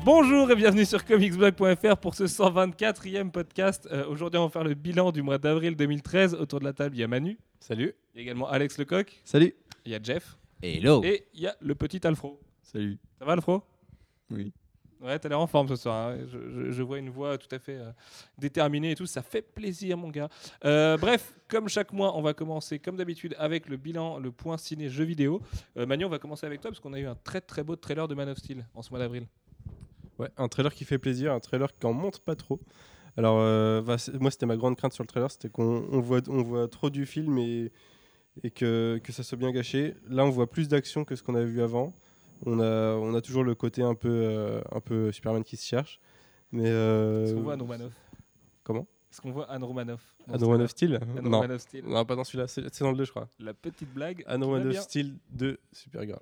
Bonjour et bienvenue sur comicsblog.fr pour ce 124e podcast. Aujourd'hui, on va faire le bilan du mois d'avril 2013. Autour de la table, il y a Manu. Salut. Il y a également Alex Lecoq. Salut. Il y a Jeff. Hello. Et il y a le petit Alfro. Salut. Ça va, Alfro? Oui. Ouais, t'as l'air en forme ce soir. Hein. Je vois une voix tout à fait déterminée et tout. Ça fait plaisir, mon gars. Bref, comme chaque mois, on va commencer comme d'habitude avec le bilan, le point ciné jeux vidéo. Manu, on va commencer avec toi parce qu'on a eu un très très beau trailer de Man of Steel en ce mois d'avril. Ouais, un trailer qui fait plaisir, un trailer qui en montre pas trop. Alors, moi, c'était ma grande crainte sur le trailer, c'était qu'on voit trop du film et que ça soit bien gâché. Là, on voit plus d'action que ce qu'on avait vu avant. On a toujours le côté un peu Superman qui se cherche. Mais Est-ce qu'on voit Anne Romanoff? Comment? Est-ce qu'on voit Anne Romanoff? Anne Man of Steel? Anne Non. Man of Steel. Non, pas dans celui-là, c'est dans le 2, je crois. La petite blague. Anne qui va Man of bien. Steel 2, Supergirl.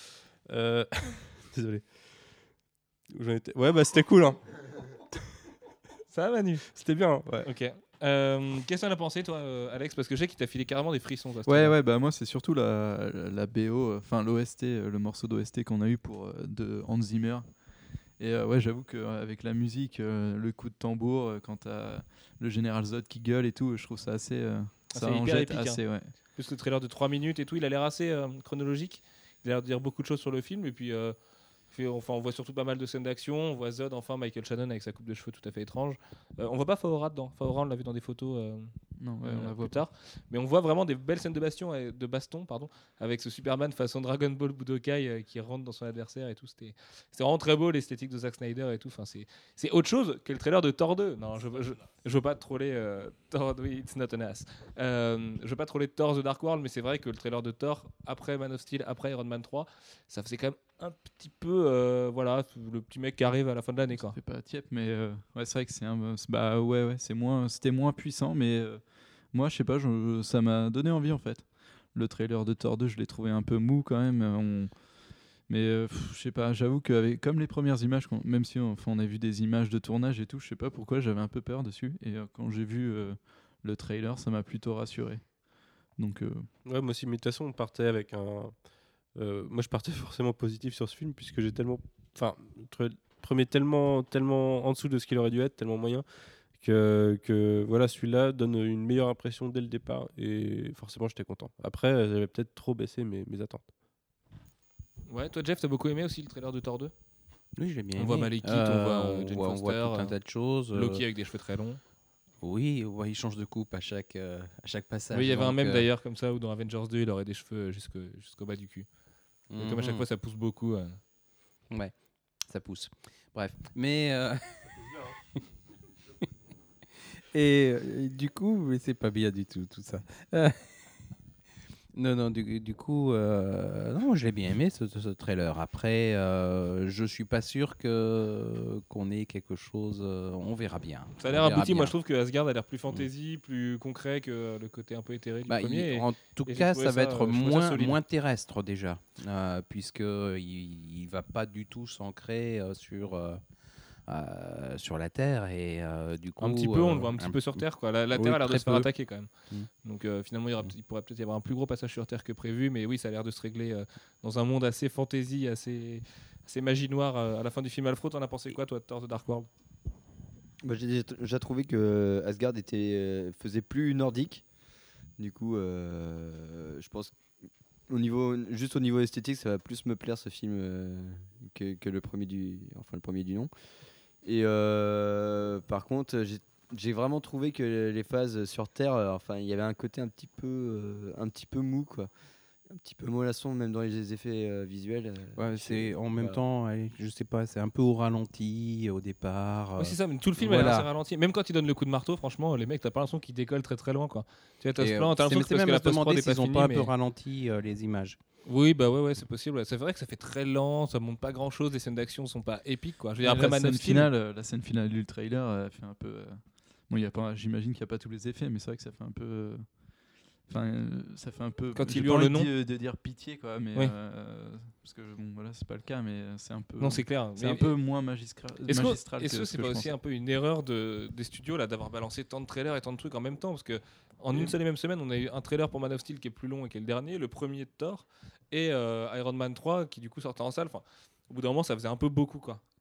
Désolé. Où j'en étais? Ouais, bah c'était cool, hein. Ça va, Manu? C'était bien, ouais. Ok. Qu'est-ce que t'en as pensé, toi, Alex? Parce que je sais qu'il t'a filé carrément des frissons. Toi, Ouais, bah moi c'est surtout la BO, enfin l'OST, le morceau d'OST qu'on a eu de Hans Zimmer. Et ouais, j'avoue qu'avec la musique, le coup de tambour, quand t'as le général Zod qui gueule et tout, je trouve ça assez. Ça c'est en hyper jette épique, assez, ouais. Plus le trailer de 3 minutes et tout, il a l'air assez chronologique. Il a l'air de dire beaucoup de choses sur le film. Et puis, on voit surtout pas mal de scènes d'action. On voit Zod, enfin Michael Shannon avec sa coupe de cheveux tout à fait étrange. On voit pas Faora dedans. Faora, on l'a vu dans des photos Non, ouais, on la voit plus tard. Mais on voit vraiment des belles scènes de baston, avec ce Superman façon Dragon Ball Budokai qui rentre dans son adversaire et tout. C'était vraiment très beau, l'esthétique de Zack Snyder et tout. Enfin, c'est autre chose que le trailer de Thor 2. Non, je veux pas troller Thor. Oui, it's not an ass. Je veux pas troller Thor The Dark World, mais c'est vrai que le trailer de Thor, après Man of Steel, après Iron Man 3, ça faisait quand même un petit peu, voilà, le petit mec qui arrive à la fin de l'année, quoi. Ça fait pas tiep, mais ouais, c'est vrai que c'était moins puissant, mais moi, je sais pas, ça m'a donné envie en fait. Le trailer de Thor 2, je l'ai trouvé un peu mou quand même. Mais je sais pas, j'avoue que comme les premières images, même si on a vu des images de tournage et tout, je sais pas pourquoi j'avais un peu peur dessus. Et quand j'ai vu le trailer, ça m'a plutôt rassuré. Donc, Ouais, moi aussi, mais de toute façon, on partait avec un. Moi, je partais forcément positif sur ce film, puisque j'ai tellement. Enfin, le premier tellement en dessous de ce qu'il aurait dû être, tellement moyen, que voilà, celui-là donne une meilleure impression dès le départ, et forcément, j'étais content. Après, j'avais peut-être trop baissé mes attentes. Ouais, toi, Jeff, t'as beaucoup aimé aussi le trailer de Thor 2? Oui, je l'ai bien On aimé. voit Malekith, on voit on Jane voit Foster, tout un tas de choses. Loki avec des cheveux très longs. Oui, ouais, il change de coupe à chaque passage. Oui, il y avait un donc, mème d'ailleurs comme ça où dans Avengers 2, il aurait des cheveux jusqu'au bas du cul. Et comme à chaque fois, ça pousse beaucoup. Ouais, ça pousse. Bref, mais et du coup, mais c'est pas bien du tout ça. Non, du coup, non, je l'ai bien aimé ce trailer. Après, je suis pas sûr qu'on ait quelque chose. On verra bien. Ça a l'air On verra abouti. bien. Moi, je trouve que Asgard a l'air plus fantasy, plus concret que le côté un peu éthéré du premier. En tout et j'ai cas, trouvé ça va ça, être je trouve ça solide. moins terrestre déjà, puisqu'il ne va pas du tout s'ancrer sur la Terre. Et du coup, Un petit peu, on le voit un petit peu sur Terre, quoi. La oui, Terre a l'air de très se faire peu. attaquer quand même. Donc finalement, il pourrait peut-être y avoir un plus gros passage sur Terre que prévu, mais oui, ça a l'air de se régler dans un monde assez fantasy, assez magie noire à la fin du film. Alfred, t'en as pensé quoi, toi, de Thor The Dark World? Bah, j'ai déjà trouvé que Asgard faisait plus nordique. Du coup, je pense juste au niveau esthétique, ça va plus me plaire ce film que le premier du nom. Et par contre, j'ai vraiment trouvé que les phases sur Terre, il y avait un côté un petit peu mou, quoi. Un petit peu mollasson, même dans les effets visuels. Ouais, c'est en même voilà. temps, allez, je sais pas, c'est un peu au ralenti au départ. Oui, c'est ça, mais tout le film voilà. a l'air assez ralenti. Même quand il donne le coup de marteau, franchement, les mecs, t'as pas l'impression qu'ils décollent très très loin, quoi. Tu vois, t'as ce plan, t'as l'impression que c'est parce même que la à se demander post-prod est pas s'ils ont finie, pas un mais... peu ralenti les images. Oui, bah ouais, c'est possible. Ouais. C'est vrai que ça fait très lent, ça monte pas grand-chose, les scènes d'action sont pas épiques, quoi. Je veux dire, après Man of Steel... la scène finale du trailer fait un peu. Bon, j'imagine qu'il n'y a pas tous les effets, mais c'est vrai que ça fait un peu. Ça fait un peu. Quand j'ai il pas hurle le envie nom. de dire pitié, quoi, mais Oui. parce que bon, voilà, c'est pas le cas, mais c'est un peu. Non, c'est clair. C'est un peu moins magistral. Est-ce que que c'est pas aussi un peu une erreur des studios là d'avoir balancé tant de trailers et tant de trucs en même temps, parce que en une seule et même semaine, on a eu un trailer pour Man of Steel qui est plus long et qui est le dernier, le premier de Thor, et Iron Man 3 qui du coup sortait en salle. Enfin, au bout d'un moment, ça faisait un peu beaucoup, quoi.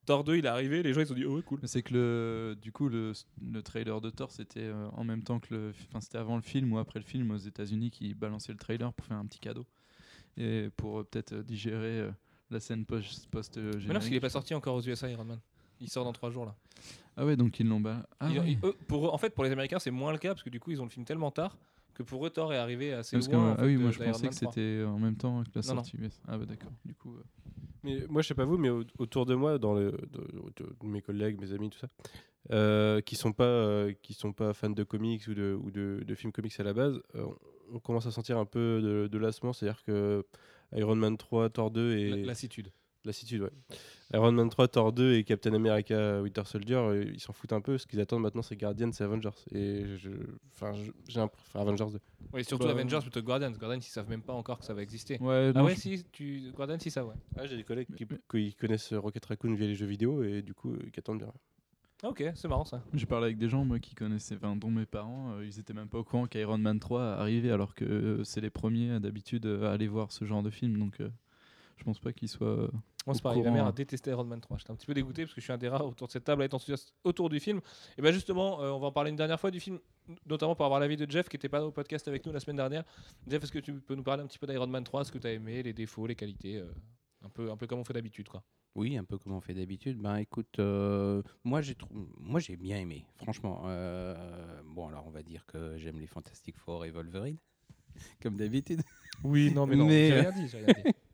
Thor 2 il est arrivé, les gens ils ont dit oh ouais cool. Mais c'est que du coup le trailer de Thor c'était en même temps que c'était avant le film ou après le film aux États-Unis qui balançaient le trailer pour faire un petit cadeau et pour peut-être digérer la scène post générique. Mais non, parce qu'il est pas sorti encore aux USA Iron Man. Il sort dans 3 jours là. Ah ouais, donc ils l'ont En fait pour les Américains c'est moins le cas parce que du coup ils ont le film tellement tard que pour eux Thor est arrivé assez parce que loin. oui, moi je d'Iron pensais Man que 3. c'était en même temps que la Non, non. sortie US. Ah bah d'accord. Du coup Mais moi, je sais pas vous, mais autour de moi, de mes collègues, mes amis, tout ça, qui sont pas fans de comics ou de films comics à la base, on commence à sentir un peu de lassement. C'est-à-dire que Iron Man 3, Thor 2 et Lassitude. lassitude, ouais. Iron Man 3, Thor 2 et Captain America Winter Soldier, ils s'en foutent un peu. Ce qu'ils attendent maintenant, c'est Guardians et Avengers. Et Avengers 2. Oui, surtout Bah, Avengers plutôt que Guardians. Guardians ils savent même pas encore que ça va exister. ouais, Ah non, ouais Guardians ils savent ouais. Ah, j'ai des collègues qui connaissent Rocket Raccoon via les jeux vidéo et du coup, qui attendent bien. Ah, ok, c'est marrant ça. j'ai parlé avec des gens moi qui connaissaient, dont mes parents, ils étaient même pas au courant qu'Iron Man 3 arrivait alors que c'est les premiers d'habitude à aller voir ce genre de film, donc je pense pas qu'ils soient. Moi, c'est Au pareil, ma courant, mère a hein. détesté Iron Man 3. J'étais un petit peu dégoûté parce que je suis un des rares autour de cette table à être enthousiaste autour du film. Et bien justement, on va en parler une dernière fois du film, notamment pour avoir l'avis de Jeff qui n'était pas au podcast avec nous la semaine dernière. Jeff, est-ce que tu peux nous parler un petit peu d'Iron Man 3, ce que tu as aimé, les défauts, les qualités, un peu comme on fait d'habitude quoi. Oui, un peu comme on fait d'habitude. Ben écoute, moi j'ai bien aimé, franchement. Bon, alors on va dire que j'aime les Fantastic Four et Wolverine, comme d'habitude. Oui, non, mais non, Mais- j'ai rien dit. J'ai rien dit.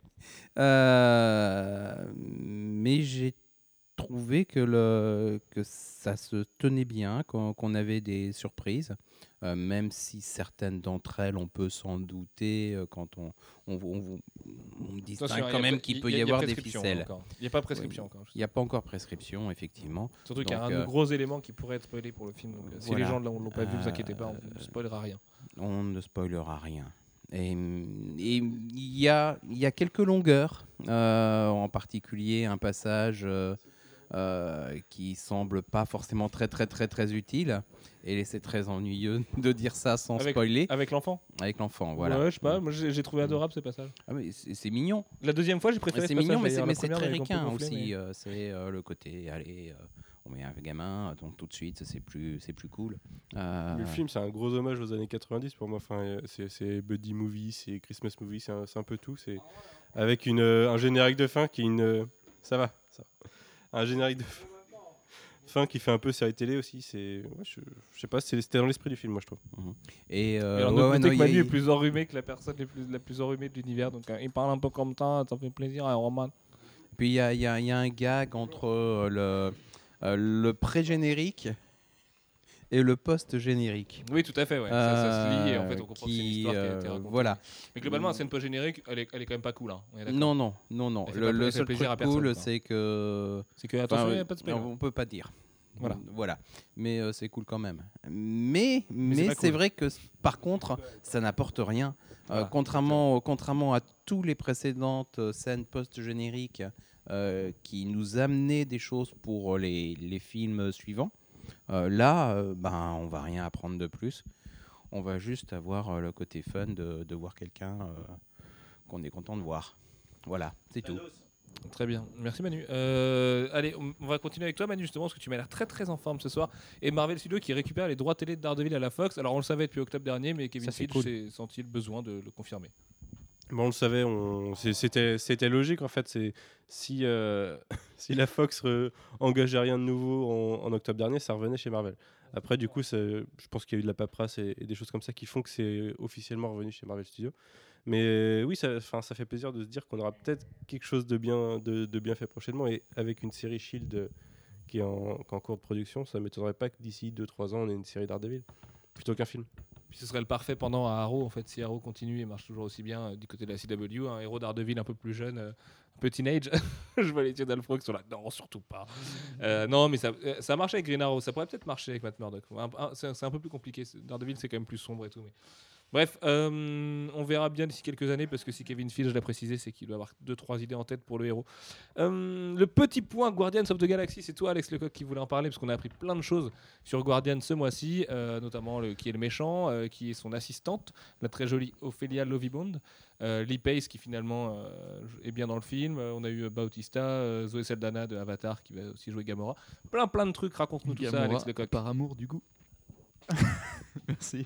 Mais j'ai trouvé que ça se tenait bien, qu'on avait des surprises, même si certaines d'entre elles, on peut s'en douter quand on distingue Attention, quand même qu'il peut y avoir des prescription, ficelles. encore. Il n'y a pas prescription encore. Il n'y a pas encore prescription, effectivement. Surtout qu'il y a Donc, un gros élément qui pourrait être spoilé pour le film. Donc, si voilà. les gens ne l'ont pas vu, ne vous inquiétez pas, on ne spoilera rien. On ne spoilera rien. Et il y a quelques longueurs, en particulier un passage qui semble pas forcément très utile. Et c'est très ennuyeux de dire ça sans spoiler. Avec l'enfant Avec l'enfant, voilà. Ouais, je sais pas, moi j'ai trouvé adorable ce passage. Ah, mais c'est mignon. La deuxième fois, j'ai préféré C'est ce passage, mignon, mais d'ailleurs. c'est La première, très elle est ricain complètement aussi. gonflée, C'est le côté, allez, on met un gamin, donc tout de suite, c'est plus cool. Le film, c'est un gros hommage aux années 90 pour moi. Enfin, c'est buddy movie, c'est Christmas movie, c'est un peu tout. C'est avec un générique de fin qui est ça va. Un générique de fin qui fait un peu série télé aussi. Je sais pas, c'était dans l'esprit du film, moi je trouve. Et Et alors, notez que Manu est plus enrhumé que la personne la plus enrhumée de l'univers. Donc, il parle un peu comme ça fait plaisir à Roman. Puis il y a un gag entre le pré-générique et le post-générique. Oui, tout à fait, ouais. Ça se lit et en fait, on comprend que c'est une histoire qui a été racontée. Voilà. Mais globalement, la scène post-générique, elle est quand même pas cool. Hein. On est d'accord. Non. Elle fait pas Le seul plaisir à truc personne, cool, quoi. c'est que... C'est que, attention, Enfin, il n'y a pas de spoiler. on peut pas dire. Voilà. Mais c'est cool quand même. Mais pas c'est cool. vrai que par contre, ça n'apporte rien. Voilà, Contrairement à tous les précédentes scènes post-génériques qui nous amenaient des choses pour les films suivants, là, on va rien apprendre de plus. On va juste avoir le côté fun de voir quelqu'un qu'on est content de voir. Voilà, c'est tout. Très bien, merci Manu. Allez, on va continuer avec toi Manu justement parce que tu m'as l'air très en forme ce soir. Et Marvel Studios qui récupère les droits télé de Daredevil à la Fox. Alors on le savait depuis octobre dernier, mais Kevin Ça, c'est Feige cool. s'est senti le besoin de le confirmer. Bon, on le savait, c'était logique en fait. Si la Fox engageait rien de nouveau en octobre dernier, ça revenait chez Marvel. Après, du coup, je pense qu'il y a eu de la paperasse et des choses comme ça qui font que c'est officiellement revenu chez Marvel Studios. Mais oui, ça fait plaisir de se dire qu'on aura peut-être quelque chose de bien fait prochainement. Et avec une série Shield qui est en cours de production, ça ne m'étonnerait pas que d'ici 2-3 ans, on ait une série Daredevil plutôt qu'un film. Puis ce serait le parfait pendant à Arrow en fait, si Arrow continue et marche toujours aussi bien du côté de la CW, un héros Daredevil un peu plus jeune, un peu teenage. Je vois les tirs d'Alfro qui sont là, non surtout pas. Non mais ça marche avec Green Arrow, ça pourrait peut-être marcher avec Matt Murdock. C'est un peu plus compliqué, Daredevil c'est quand même plus sombre et tout. Mais Bref, on verra bien d'ici quelques années parce que si Kevin Feige l'a précisé, c'est qu'il doit avoir 2-3 idées en tête pour le héros. Le petit point Guardians of the Galaxy, c'est toi Alex Lecoq qui voulait en parler parce qu'on a appris plein de choses sur Guardian ce mois-ci, notamment qui est le méchant, qui est son assistante, la très jolie Ophelia Lovibond, Lee Pace qui finalement est bien dans le film, on a eu Bautista, Zoé Saldana de Avatar qui va aussi jouer Gamora, plein de trucs, raconte-nous tout ça Gamora, Alex Lecoq. par amour du goût. Merci.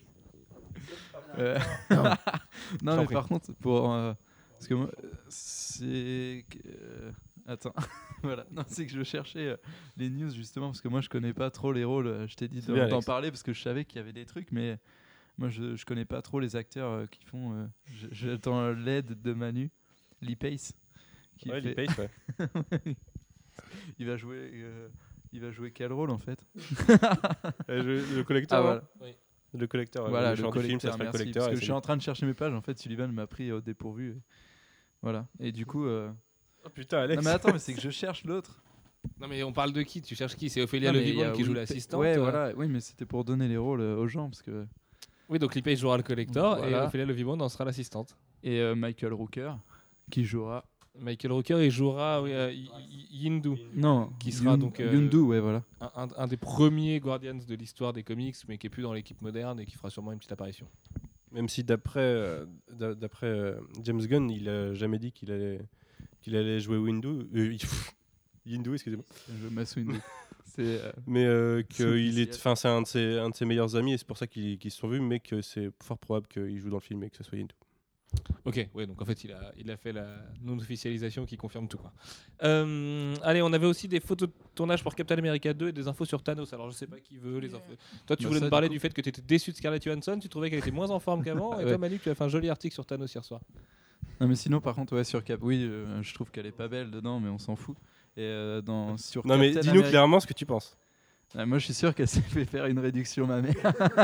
Non mais prie. par contre pour parce que moi c'est attends voilà non c'est que je cherchais les news justement parce que moi je connais pas trop les rôles, je t'ai dit C'est bien, d'en Alex. parler parce que je savais qu'il y avait des trucs mais moi je connais pas trop les acteurs qui font j'attends l'aide de Manu Lee Pace qui Ouais, fait- Lee Pace, ouais. il va jouer quel rôle en fait Le collecteur. ah hein. voilà Le collecteur. Voilà, le le méchant du film, ça collecteur, sera le merci. collecteur. Parce et que je c'est suis en train de chercher mes pages, en fait, Sullivan m'a pris au dépourvu. Voilà. Et du coup. Oh putain, Alex. Non, mais attends, mais c'est que je cherche l'autre. Non mais on parle de qui? Tu cherches qui? C'est Ophelia Non, mais il y Lovibond a qui joue Will l'assistante. Ouais, voilà. Oui, mais c'était pour donner les rôles aux gens. Parce que... Oui, donc Lee Pace jouera le collector et Voilà. Ophelia Lovibond en sera l'assistante. Et Michael Rooker, qui jouera. Michael Rooker, il jouera oui, Yindu, Non, Qui sera donc, Yondu, ouais, voilà. un des premiers Guardians de l'histoire des comics, mais qui est plus dans l'équipe moderne et qui fera sûrement une petite apparition. Même si d'après James Gunn, il a jamais dit qu'il allait jouer Yindu, excusez-moi. Je m'assume. C'est. Mais Sous-officiel. c'est un de ses meilleurs amis et c'est pour ça qu'ils se sont vus, mais que c'est fort probable qu'il joue dans le film et que ce soit Yindu. Ok, ouais, donc en fait il a fait la non-officialisation qui confirme tout. Quoi. Allez, on avait aussi des photos de tournage pour Captain America 2 et des infos sur Thanos. Alors je sais pas qui veut les infos. Toi tu Bah voulais ça, nous parler du du fait que tu étais déçu de Scarlett Johansson, tu trouvais qu'elle était moins en forme qu'avant, et Ouais. toi Manu tu as fait un joli article sur Thanos hier soir. Non, mais sinon, par contre, ouais, sur Cap. Oui, je trouve qu'elle est pas belle dedans, mais on s'en fout. Et sur Non, mais Captain dis-nous Ameri- clairement ce que tu penses. Ah, moi, je suis sûr qu'elle s'est fait faire une réduction mammaire.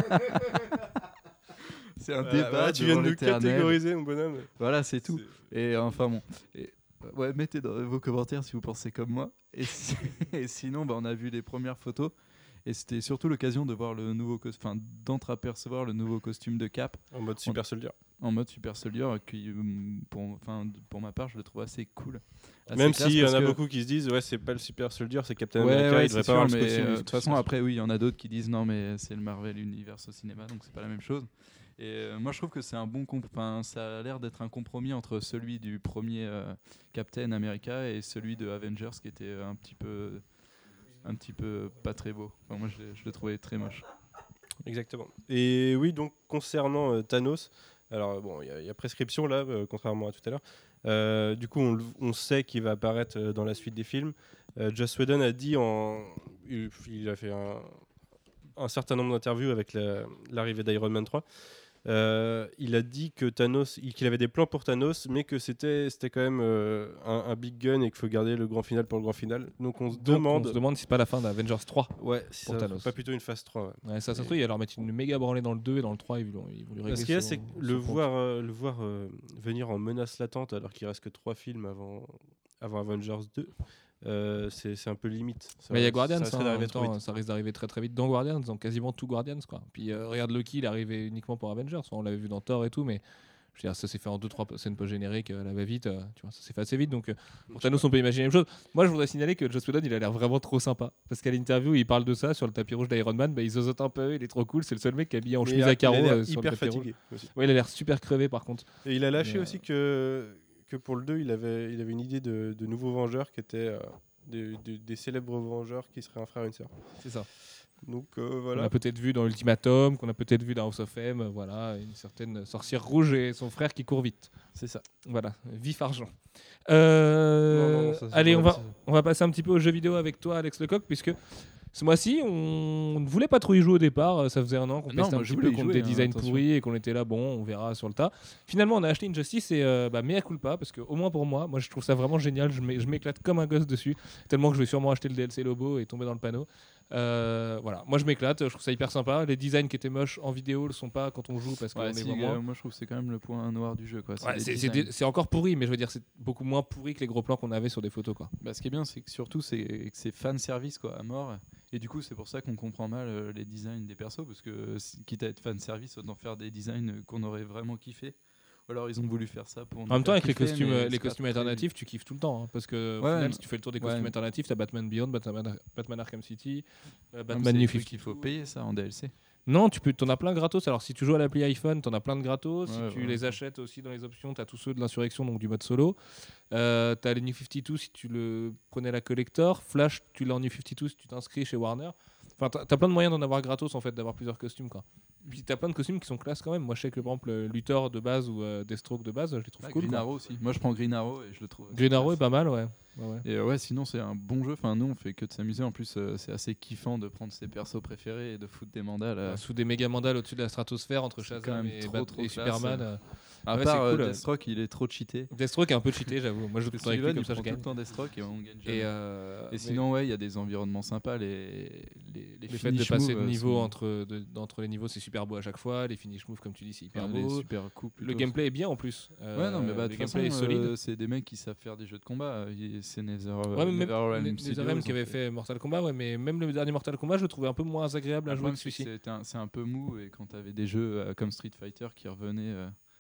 C'est un débat. Voilà, tu viens de devant nous l'éternel. catégoriser, mon bonhomme. Voilà, c'est tout. Et enfin bon. Ouais, mettez dans vos commentaires si vous pensez comme moi. Et sinon, bah, on a vu les premières photos. Et c'était surtout l'occasion de voir le nouveau d'entreapercevoir le nouveau costume de Cap En mode super soldier. en mode Super Soldier, qui, pour ma part, je le trouve assez cool. Assez Même classe s'il y en parce a que- beaucoup qui se disent, ouais, c'est pas le super soldier, c'est Captain Ouais, America, ouais, il devrait c'est pas avoir sûr, le mais costume. de toute façon, après, oui, il y en a d'autres qui disent non, mais c'est le Marvel Universe au cinéma, donc c'est pas la même chose. Et moi, je trouve que c'est un bon ça a l'air d'être un compromis entre celui du premier Captain America et celui de Avengers, qui était un petit peu pas très beau. Enfin, moi, je le trouvais très moche. Exactement. Et oui, donc concernant Thanos, alors bon, il y a prescription là, contrairement à tout à l'heure. Du coup, on sait qu'il va apparaître dans la suite des films. Joss Whedon a dit il a fait un certain nombre d'interviews avec l'arrivée d'Iron Man 3. Il a dit que qu'il avait des plans pour Thanos, mais que c'était quand même un big gun et qu'il faut garder le grand final pour le grand final. Donc on se demande, On se demande si c'est pas la fin d'Avengers 3. ouais, si pour ça Thanos. pas plutôt une phase 3. Ouais. Ouais, ça se trouve, il va leur mettre une méga branlée dans le 2 et dans le 3, ils vont lui régler Ce qu'il y a, son- c'est que son le compte. voir venir en menace latente alors qu'il reste que 3 films avant Avengers 2, c'est un peu limite. Mais il y a Guardians, risquerait hein, en d'arriver même trop temps, vite. ça risque d'arriver très très vite dans Guardians, dans quasiment tout Guardians. Quoi. Puis regarde Loki, il est arrivé uniquement pour Avengers, on l'avait vu dans Thor et tout, mais je veux dire, ça s'est fait en 2-3 scènes post-génériques, la va-vite, tu vois, ça s'est fait assez vite. Donc pour Thanos, on peut imaginer la même chose. Moi, je voudrais signaler que Joss Whedon, il a l'air vraiment trop sympa. Parce qu'à l'interview, il parle de ça sur le tapis rouge d'Iron Man, bah, il zozote un peu, il est trop cool, c'est le seul mec qui est habillé en Mais chemise il a à carreaux l'air sur le hyper tapis rouge. fatigué aussi. Ouais, il a l'air super crevé par contre. Et il a lâché Mais, aussi que pour le 2, il avait une idée de nouveaux Vengeurs qui étaient des célèbres Vengeurs qui seraient un frère et une sœur. C'est ça. Donc On voilà. a peut-être vu dans Ultimatum, qu'on a peut-être vu dans House of M, voilà, une certaine sorcière rouge et son frère qui court vite. C'est ça. Voilà, vif argent. Non, ça, c'est Allez, pas on va passer un petit peu aux jeux vidéo avec toi, Alex Lecoq, puisque ce mois-ci, on ne voulait pas trop y jouer au départ. Ça faisait un an qu'on Non, testait un moi, je petit peu voulais y contre jouer, des hein, designs attention. pourris et qu'on était là, bon, on verra sur le tas. Finalement, on a acheté Injustice et mea culpa, parce que au moins pour moi, je trouve ça vraiment génial. Je m'éclate comme un gosse dessus, tellement que je vais sûrement acheter le DLC Lobo et tomber dans le panneau. Voilà, moi je m'éclate, je trouve ça hyper sympa. Les designs qui étaient moches en vidéo le sont pas quand on joue parce qu'on Ouais, les si, voit moins. moi, je trouve que c'est quand même le point noir du jeu. Quoi. Ouais, les c'est designs. c'est encore pourri, mais je veux dire, c'est beaucoup moins pourri que les gros plans qu'on avait sur des photos. Quoi. Bah, ce qui est bien, c'est que surtout, c'est que c'est fan service quoi, à mort. Et du coup, c'est pour ça qu'on comprend mal les designs des persos, parce que quitte à être fan service, autant faire des designs qu'on aurait vraiment kiffé. Ou alors ils ont voulu faire ça pour. En même temps, avec les costumes, mais les c'est pas costumes très- alternatifs, tu kiffes tout le temps. Hein, parce que, au Ouais, final, mais- si tu fais le tour des ouais. costumes alternatifs, t'as Batman Beyond, Batman Arkham City, Non, mais Batman c'est New des trucs 52. qu'il faut payer ça en DLC. Non, t'en as plein gratos. Alors, si tu joues à l'appli iPhone, t'en as plein de gratos. Si Ouais, tu voilà. les achètes aussi dans les options, t'as tous ceux de l'insurrection, donc du mode solo. T'as les New 52 si tu le prenais la collector. Flash, tu l'as en New 52 si tu t'inscris chez Warner. Enfin, t'as plein de moyens d'en avoir gratos, en fait, d'avoir plusieurs costumes, quoi. Puis t'as plein de costumes qui sont classe quand même. Moi, je sais que par exemple, Luthor de base ou Deathstroke de base, je les trouve cool. Green quoi. Arrow aussi. Moi, je prends Green Arrow et je le trouve. Green Arrow est classe. pas mal, ouais. Ouais. Et ouais, sinon c'est un bon jeu. Enfin, nous on fait que de s'amuser. En plus, c'est assez kiffant de prendre ses persos préférés et de foutre des mandales. Sous des méga mandales au-dessus de la stratosphère entre C'est quand Shazam même et, trop, Bat- trop et classe. Superman. À ouais, part c'est cool, Deathstroke, il est trop cheaté. Deathstroke est un peu cheaté, j'avoue. Moi, je joue tout le temps avec lui, Sullivan, comme il ça, je prend tout gagne. le temps Deathstroke et on gagne jamais. Et Et sinon, ouais, il y a des environnements sympas. le fait de finish passer de moves, niveau sont- entre les niveaux, c'est super beau à chaque fois. Les finish moves, comme tu dis, c'est hyper enfin, les beau. super coups. Le plutôt. gameplay est bien en plus. Ouais, non, mais bah, le de toute gameplay est façon, solide. c'est des mecs qui savent faire des jeux de combat. C'est Ouais, mais même NetherRealm les Studios, RM ils qui ont avaient fait Mortal Kombat, ouais, mais même le dernier Mortal Kombat, je le trouvais un peu moins agréable à Le jouer problème, que c'est que celui-ci. c'est un peu mou et quand tu avais des jeux comme Street Fighter qui revenaient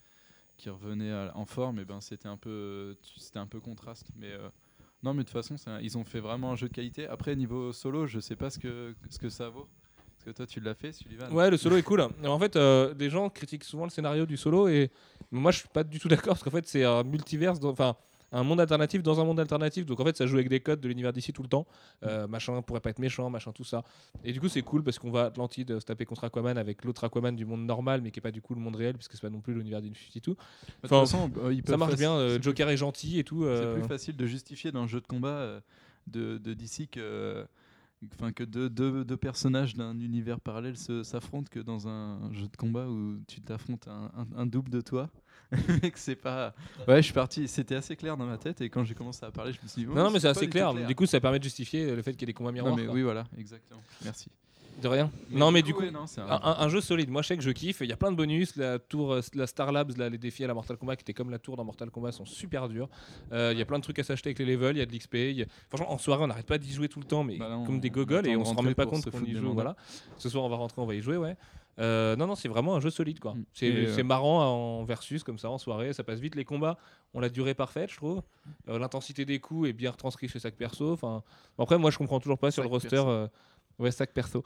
en forme, et ben c'était un peu contraste. Mais non, mais de toute façon, ils ont fait vraiment un jeu de qualité. Après, niveau solo, je sais pas ce que ça vaut. Parce que toi, tu l'as fait, Sullivan. Ouais, le solo est cool. En fait, des gens critiquent souvent le scénario du solo et moi, je suis pas du tout d'accord parce qu'en fait, c'est un multiverse, enfin, un monde alternatif dans un monde alternatif. Donc en fait, ça joue avec des codes de l'univers d'ici tout le temps. Machin pourrait pas être méchant, machin tout ça. Et du coup, c'est cool parce qu'on va à Atlantide se taper contre Aquaman avec l'autre Aquaman du monde normal, mais qui est pas du coup le monde réel puisque c'est pas non plus l'univers d'Infinity. De toute Enfin, façon, ils Ça peuvent marche bien. c'est Joker est gentil et tout. C'est plus facile de justifier dans un jeu de combat de DC que deux personnages d'un univers parallèle s'affrontent que dans un jeu de combat où tu t'affrontes un double de toi. Et que c'est pas. Ouais, je suis parti. C'était assez clair dans ma tête et quand j'ai commencé à parler, je me suis dit. Non, mais c'est pas assez du tout clair. Du coup, ça permet de justifier le fait qu'il y ait des combats miroirs. Non, mais quoi. oui, voilà, exactement. Merci. De rien. Non, mais du coup, ouais, non, c'est un jeu solide. Moi, je sais que je kiffe. Il y a plein de bonus. La tour, la Star Labs, là, les défis à la Mortal Kombat, qui étaient comme la tour dans Mortal Kombat, sont super durs. Il y a plein de trucs à s'acheter avec les levels. Il y a de l'XP. Franchement, en soirée, on n'arrête pas d'y jouer tout le temps, mais Bah non, comme des on gogoles, et attend on de se rend même pas rentrer pour compte se qu'on foutre y des joue. mandats. Voilà. Ce soir, on va rentrer, on va y jouer, ouais. Non, c'est vraiment un jeu solide, quoi. C'est Et, marrant en versus, comme ça, en soirée. Ça passe vite. Les combats ont la durée parfaite, je trouve. L'intensité des coups est bien retranscrite chez chaque perso. Enfin, après, moi, je comprends toujours pas sur le Chaque roster. perso. Ouais, stack perso.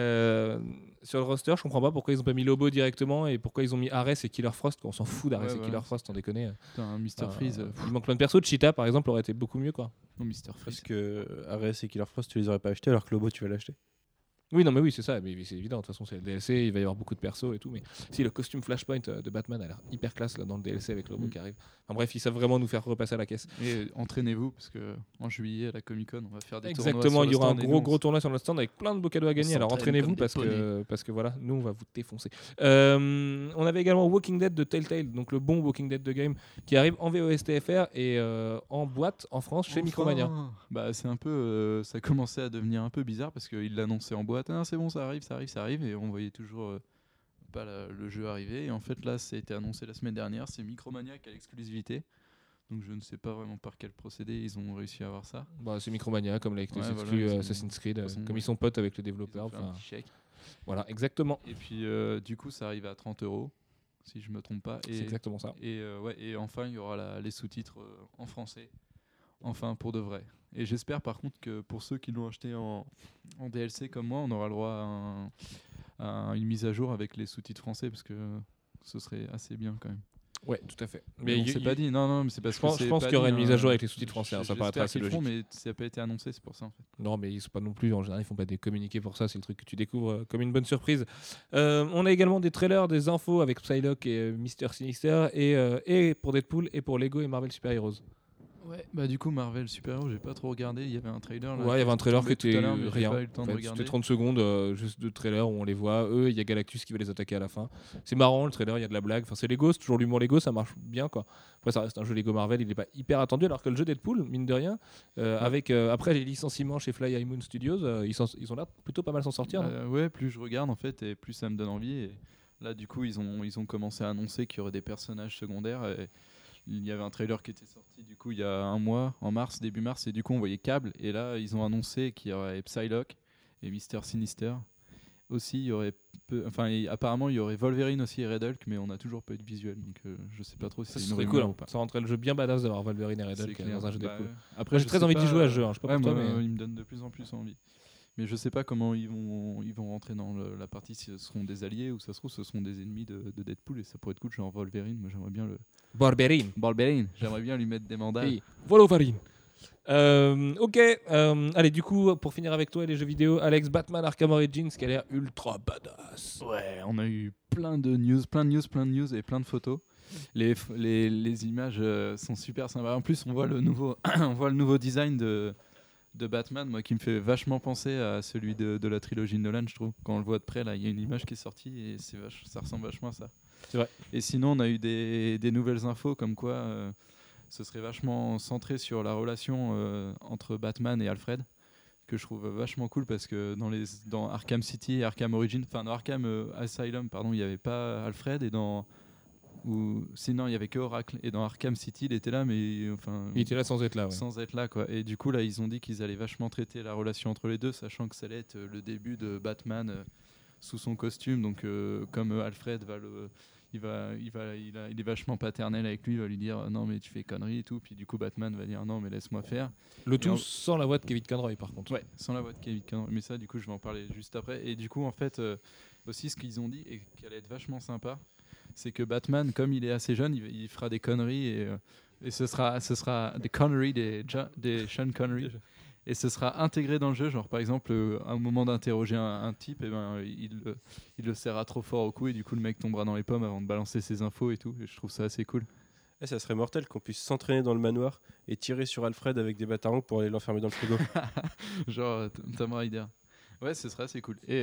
Sur le roster, je comprends pas pourquoi ils ont pas mis Lobo directement et pourquoi ils ont mis Ares et Killer Frost. Quoi. On s'en fout d'Ares Ouais, et voilà. Killer Frost, sans déconner. Putain, un Mr. Freeze. Il manque plein de persos. Cheetah, par exemple, aurait été beaucoup mieux. Quoi. Non, Mr. Freeze. Parce que Ares et Killer Frost, tu les aurais pas achetés alors que Lobo, tu vas l'acheter. Oui, non, mais oui, c'est ça. Mais c'est évident. De toute façon, c'est le DLC. Il va y avoir beaucoup de persos et tout. Mais si, le costume Flashpoint de Batman a l'air hyper classe là, dans le DLC avec Lobo qui arrive. Enfin, bref, ils savent vraiment nous faire repasser à la caisse. Et entraînez-vous parce que en juillet à la Comic Con, on va faire des Exactement, tournois sur il y le aura un stand et nous, gros tournoi sur notre stand avec plein de beaux cadeaux à gagner. Alors s'entraîne entraînez-vous comme des parce que voilà, nous on va vous défoncer. On avait également Walking Dead de Telltale, donc le bon Walking Dead de game qui arrive en VOSTFR et en boîte en France chez Enfin. Micromania. Bah c'est un peu, ça commençait à devenir un peu bizarre parce qu'il l'annonçait en boîte. Ah, c'est bon, ça arrive, et on voyait toujours pas le jeu arriver. Et en fait là, ça a été annoncé la semaine dernière. C'est Micromania qui a l'exclusivité. Donc je ne sais pas vraiment par quel procédé ils ont réussi à avoir ça. Bah, c'est Micromania comme avec les Ouais, exclus voilà, ils ont- Assassin's Creed, de toute façon, comme ils sont potes avec les Ils ont développeurs. fait un Enfin, petit chèque. voilà, exactement. Et puis du coup, ça arrive à 30 €, si je me trompe pas. C'est exactement ça. Et enfin, il y aura les sous-titres en français. Enfin, pour de vrai. Et j'espère par contre que pour ceux qui l'ont acheté en DLC comme moi, on aura le droit à une mise à jour avec les sous-titres français parce que ce serait assez bien quand même. Ouais, tout à fait. Mais on s'est pas dit. Non, mais c'est parce Je pense que qu'il y aura une mise à jour avec les sous-titres français. Ça paraîtrait assez qu'ils le font, logique. mais ça n'a pas été annoncé, c'est pour ça en fait. Non, mais ils sont pas non plus. En général, ils font pas des communiqués pour ça. C'est le truc que tu découvres comme une bonne surprise. On a également des trailers, des infos avec Psylocke et Mister Sinister et pour Deadpool et pour Lego et Marvel Super Heroes. Ouais, bah du coup Marvel Super Héros, j'ai pas trop regardé, il y avait un trailer là. Ouais, il y avait un trailer qui tout à était l'heure, mais j'ai rien. pas eu le temps En de fait, regarder. c'était 30 secondes juste de trailer où on les voit. Eux, il y a Galactus qui va les attaquer à la fin. C'est marrant le trailer, il y a de la blague. Enfin, c'est Lego, c'est toujours l'humour Lego, ça marche bien quoi. Après, ça reste un jeu Lego Marvel, il est pas hyper attendu alors que le jeu Deadpool, mine de rien, avec après les licenciements chez Fly High Moon Studios, ils ont l'air plutôt pas mal s'en sortir. non Ouais, plus je regarde en fait et plus ça me donne envie. Et là, du coup, ils ont commencé à annoncer qu'il y aurait des personnages secondaires. Et il y avait un trailer qui était sorti du coup il y a un mois, en mars, début mars, et du coup on voyait Cable. Et là, ils ont annoncé qu'il y aurait Psylocke et Mister Sinister. Aussi, il y aurait apparemment il y aurait Wolverine aussi et Red Hulk, mais on n'a toujours pas eu de visuel, donc je sais pas trop si Ça c'est une serait rumeur cool. ou pas. Ça rendrait le jeu bien badass d'avoir Wolverine et Red C'est Hulk clair. dans un jeu Bah, Deadpool. Après, Moi, j'ai je très sais envie d'y pas, jouer à ce jeu. Je sais pas ouais, pour toi, moi, mais il me donne de plus en plus envie. Mais je sais pas comment ils vont rentrer dans la partie, si ce seront des alliés ou ça se trouve ce seront des ennemis de Deadpool, et ça pourrait être cool, genre Wolverine. Moi j'aimerais bien Wolverine, j'aimerais bien lui mettre des mandats. Oui, Wolverine. Ok, allez, du coup, pour finir avec toi, les jeux vidéo, Alex, Batman Arkham Origins, qui a l'air ultra badass. Ouais, on a eu plein de news et plein de photos. Les images sont super sympas. En plus, on voit le nouveau design de Batman, moi, qui me fait vachement penser à celui de la trilogie Nolan, je trouve. Quand on le voit de près, là, il y a une image qui est sortie et ça ressemble vachement à ça. C'est vrai. Et sinon, on a eu des nouvelles infos comme quoi ce serait vachement centré sur la relation entre Batman et Alfred, que je trouve vachement cool, parce que dans Arkham City et Arkham Origins, enfin dans Arkham Asylum, pardon, il n'y avait pas Alfred, et sinon il y avait que Oracle, et dans Arkham City il était là, mais enfin Il était là sans être là, ouais. sans être là, quoi. Et du coup là ils ont dit qu'ils allaient vachement traiter la relation entre les deux, sachant que ça allait être le début de Batman sous son costume, donc comme Alfred il est vachement paternel avec lui, il va lui dire non mais tu fais conneries et tout, puis du coup Batman va dire non mais laisse-moi faire. Le Et tout sans la voix de Kevin Conroy, par contre. Ouais, sans la voix de Kevin Conroy. Mais ça, du coup, je vais en parler juste après. Et du coup, en fait, aussi, ce qu'ils ont dit, et qui allait être vachement sympa, c'est que Batman, comme il est assez jeune, il fera des conneries, et ce sera des conneries des Sean Connery. Et ce sera intégré dans le jeu. Genre, par exemple, à un moment d'interroger un type, et ben, il le serrera trop fort au cou, et du coup, le mec tombera dans les pommes avant de balancer ses infos et tout. Et je trouve ça assez cool. Et ça serait mortel qu'on puisse s'entraîner dans le manoir et tirer sur Alfred avec des bâtarons pour aller l'enfermer dans le frigo. Genre Tomb Raider. Ouais, ce serait assez cool. Et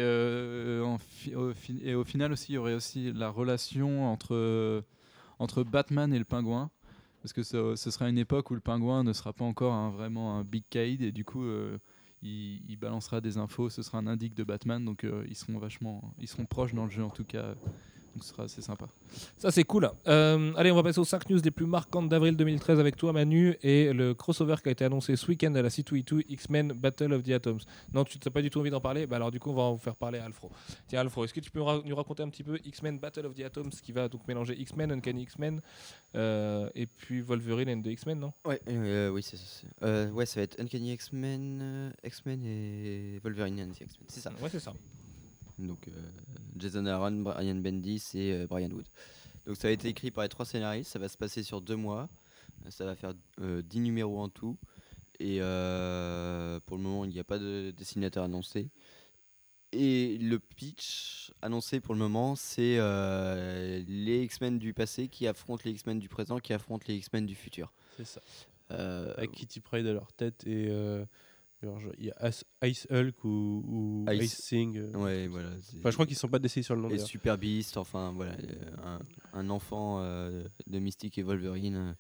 au final aussi, il y aurait aussi la relation entre Batman et le pingouin, parce que ce sera une époque où le pingouin ne sera pas encore vraiment un big caïd, et du coup il balancera des infos, ce sera un indique de Batman, donc ils seront proches dans le jeu en tout cas. Donc ce sera assez sympa. Ça, c'est cool. Allez, on va passer aux 5 news les plus marquantes d'avril 2013 avec toi, Manu, et le crossover qui a été annoncé ce week-end à la C2E2, X-Men Battle of the Atoms. Non, tu n'as pas du tout envie d'en parler? Bah alors du coup, on va en faire parler à Alfro. Tiens, Alfro, est-ce que tu peux nous raconter un petit peu X-Men Battle of the Atoms, qui va donc mélanger X-Men, Uncanny X-Men, et puis Wolverine and the X-Men, non? Ouais, oui, c'est ça. Ouais, ça va être Uncanny X-Men, X-Men et Wolverine and the X-Men, c'est ça. Ouais, c'est ça. Donc Jason Aaron, Brian Bendis et Brian Wood. Donc ça a été écrit par les 3 scénaristes, ça va se passer sur 2 mois, ça va faire 10 numéros en tout, et pour le moment il n'y a pas de dessinateur annoncé. Et le pitch annoncé pour le moment, c'est les X-Men du passé qui affrontent les X-Men du présent, qui affrontent les X-Men du futur. C'est ça. Avec Kitty Pryde à leur tête, et il y a Ice Hulk ou Ice Thing. Ouais, voilà. Enfin, je crois qu'ils ne sont pas décidés sur le nom. Et d'ailleurs. Super Beast, enfin voilà, un enfant de Mystique et Wolverine.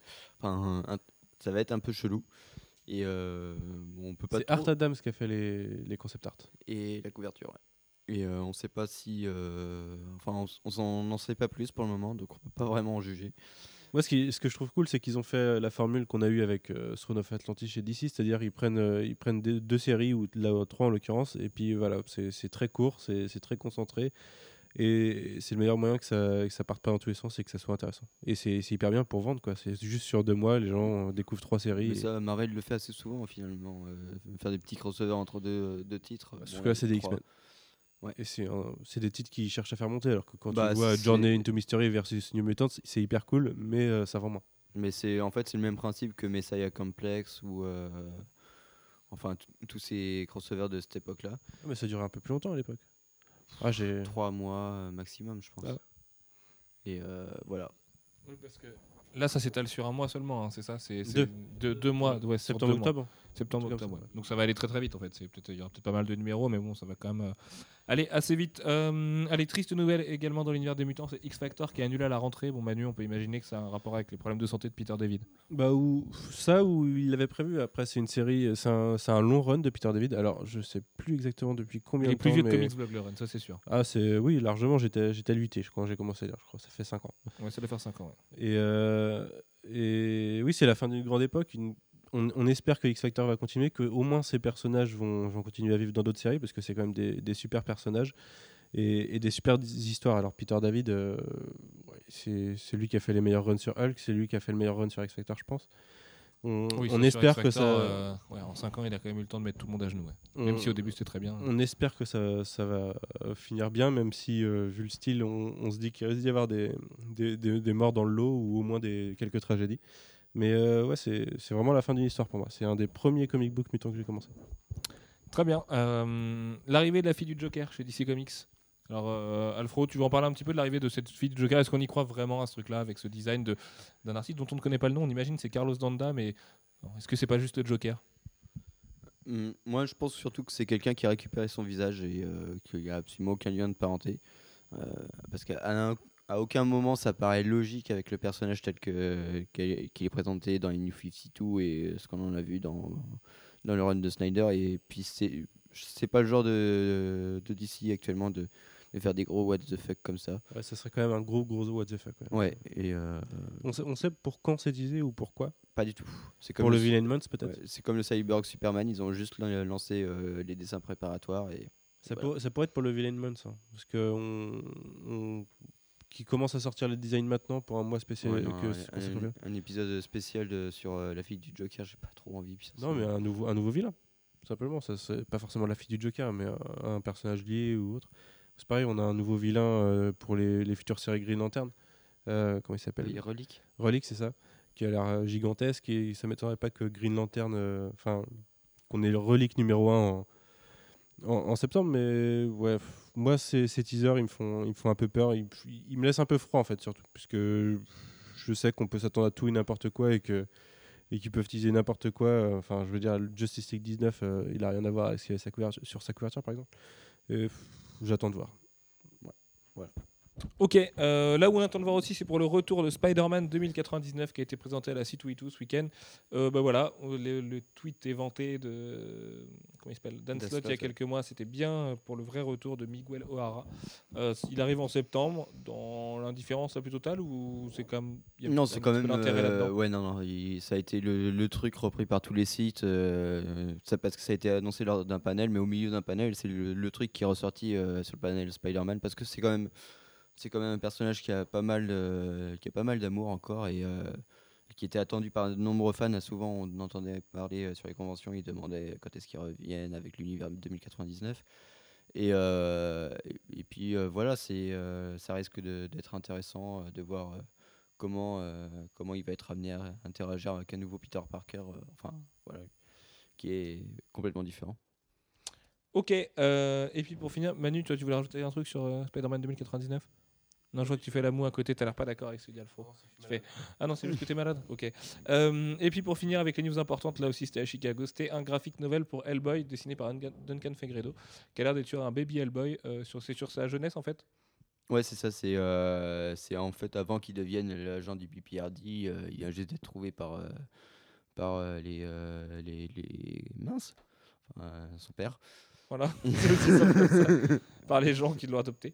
Ça va être un peu chelou. Et on peut pas. C'est Art Adams qui a fait les concept art. Et la couverture, ouais. Et on sait pas si. Enfin, on n'en sait pas plus pour le moment, donc on peut pas vraiment en juger. Moi, ce que je trouve cool, c'est qu'ils ont fait la formule qu'on a eue avec Throne of Atlantis chez DC, c'est-à-dire ils prennent deux séries, ou là, 3 en l'occurrence, et puis voilà, c'est très court, c'est très concentré, et c'est le meilleur moyen que ça parte pas dans tous les sens et que ça soit intéressant. Et c'est hyper bien pour vendre, quoi. C'est juste sur 2 mois, les gens découvrent 3 séries. Mais ça, Marvel le fait assez souvent finalement, faire des petits crossovers entre deux titres. Sauf que là, c'est des 3. X-Men. Ouais. Et c'est des titres qui cherchent à faire monter, alors que quand Bah, tu vois c'est- Journey into Mystery versus New Mutants, c'est hyper cool, mais ça vend moins. Mais c'est le même principe que Messiah Complex ou enfin tous ces crossovers de cette époque-là. Ah, mais ça durait un peu plus longtemps à l'époque. Ah, j'ai 3 mois maximum, je pense. Ah. Et voilà. Oui, parce que là, ça s'étale sur un mois seulement, hein, c'est ça? C'est 2 mois, ouais, sur 2 septembre, mois. octobre. Septembre, Comme octobre. ça. Ouais. Donc ça va aller très très vite en fait. Il y aura peut-être pas mal de numéros, mais bon, ça va quand même aller assez vite. Allez, triste nouvelle également dans l'univers des mutants, c'est X-Factor qui est annulé à la rentrée. Bon, Manu, on peut imaginer que ça a un rapport avec les problèmes de santé de Peter David. Bah, ou il l'avait prévu. Après, c'est une série, c'est un long run de Peter David. Alors, je sais plus exactement depuis combien Il est de plus temps. vieux de mais... Comics Blog, le run, ça c'est sûr. Ah, oui, largement. J'étais à l'UT quand j'ai commencé à lire, je crois. Ça fait 5 ans. Ouais, ça doit faire 5 ans. Ouais. Et oui, c'est la fin d'une grande époque. on espère que X Factor va continuer, que au moins ces personnages vont continuer à vivre dans d'autres séries, parce que c'est quand même des super personnages et des super histoires. Alors Peter David, c'est lui qui a fait les meilleurs runs sur Hulk, c'est lui qui a fait le meilleur run sur X Factor, je pense. Oui, On sur espère X que Factor, ça... en 5 ans, il a quand même eu le temps de mettre tout le monde à genoux. Même si au début c'était très bien. On espère que ça va finir bien, même si, vu le style, on se dit qu'il risque d'y avoir des morts dans le lot ou au moins quelques tragédies. Mais ouais, c'est vraiment la fin d'une histoire pour moi. C'est un des premiers comic book mutants que j'ai commencé. Très bien. L'arrivée de la fille du Joker chez DC Comics. Alors, Alfro, tu veux en parler un petit peu de l'arrivée de cette fille du Joker? Est-ce qu'on y croit vraiment à ce truc-là, avec ce design d'un artiste dont on ne connaît pas le nom? On imagine c'est Carlos Danda, mais est-ce que c'est pas juste le Joker? Moi, je pense surtout que c'est quelqu'un qui a récupéré son visage et qu'il n'y a absolument aucun lien de parenté. Parce qu'à aucun moment ça paraît logique avec le personnage tel qu'il est présenté dans les New 52 et ce qu'on en a vu dans le run de Snyder. Et puis, c'est pas le genre de DC actuellement de faire des gros what the fuck comme ça. Ouais, ça serait quand même un gros what the fuck. Ouais. Ouais, et On sait pour quand c'est teasé ou pourquoi? pas du tout. C'est comme Pour le Villain Month peut-être. ouais, c'est comme le Cyborg Superman, ils ont juste lancé les dessins préparatoires et Ça, voilà. ça pourrait être pour le Villain Month, hein, parce que qui commence à sortir les designs maintenant pour un mois spécial. Ouais, non, un épisode spécial sur la fille du Joker, j'ai pas trop envie. Puis ça, Non, mais un nouveau vilain, tout simplement. Ça, c'est pas forcément la fille du Joker, mais un personnage lié ou autre. C'est pareil, on a un nouveau vilain pour les futures séries Green Lantern. Comment il s'appelle? les reliques. Relic, c'est ça, qui a l'air gigantesque, et ça m'étonnerait pas que Green Lantern, qu'on ait le Relic numéro 1 en septembre, mais ouais, moi ces teasers ils me font un peu peur, ils me laissent un peu froid en fait, surtout puisque je sais qu'on peut s'attendre à tout et n'importe quoi, et qu'ils peuvent teaser n'importe quoi. Enfin, je veux dire, le Justice League 19, il a rien à voir avec ce qu'il y avait sur sa couverture par exemple. Et j'attends de voir. Ok, là où on attend de voir aussi, c'est pour le retour de Spider-Man 2099 qui a été présenté à la C2E2 ce week-end. Voilà, le tweet éventé de comment il s'appelle, Dan Dan Slott il y a Slott, quelques mois, c'était bien pour le vrai retour de Miguel O'Hara. Il arrive en septembre, dans l'indifférence la plus totale, ou c'est comme Non, c'est quand même l'intérêt là-dedans? ouais, non, ça a été le truc repris par tous les sites, ça, parce que ça a été annoncé lors d'un panel, mais au milieu d'un panel, c'est le truc qui est ressorti sur le panel Spider-Man, parce que c'est quand même un personnage qui a pas mal d'amour encore, et qui était attendu par de nombreux fans. Souvent, on entendait parler sur les conventions, ils demandaient quand est-ce qu'ils reviennent avec l'univers 2099. Et puis voilà, ça risque d'être intéressant de voir comment il va être amené à interagir avec un nouveau Peter Parker, voilà, qui est complètement différent. Ok, et puis pour finir, Manu, toi tu voulais rajouter un truc sur Spider-Man 2099? Non, je vois que tu fais la moue à côté, t'as l'air pas d'accord avec ce que dit Alfro. Ah non, c'est juste que t'es malade. Ok. Et puis pour finir avec les news importantes, là aussi c'était à Chicago, c'était un graphic novel pour Hellboy dessiné par Duncan Fegredo, qui a l'air d'être sur un baby Hellboy, c'est sur sa jeunesse en fait. Ouais, c'est ça, c'est en fait avant qu'il devienne l'agent du BPRD, il vient juste d'être trouvé par les minces, son père. Voilà, c'est aussi simple que ça. Par les gens qui l'ont adopté.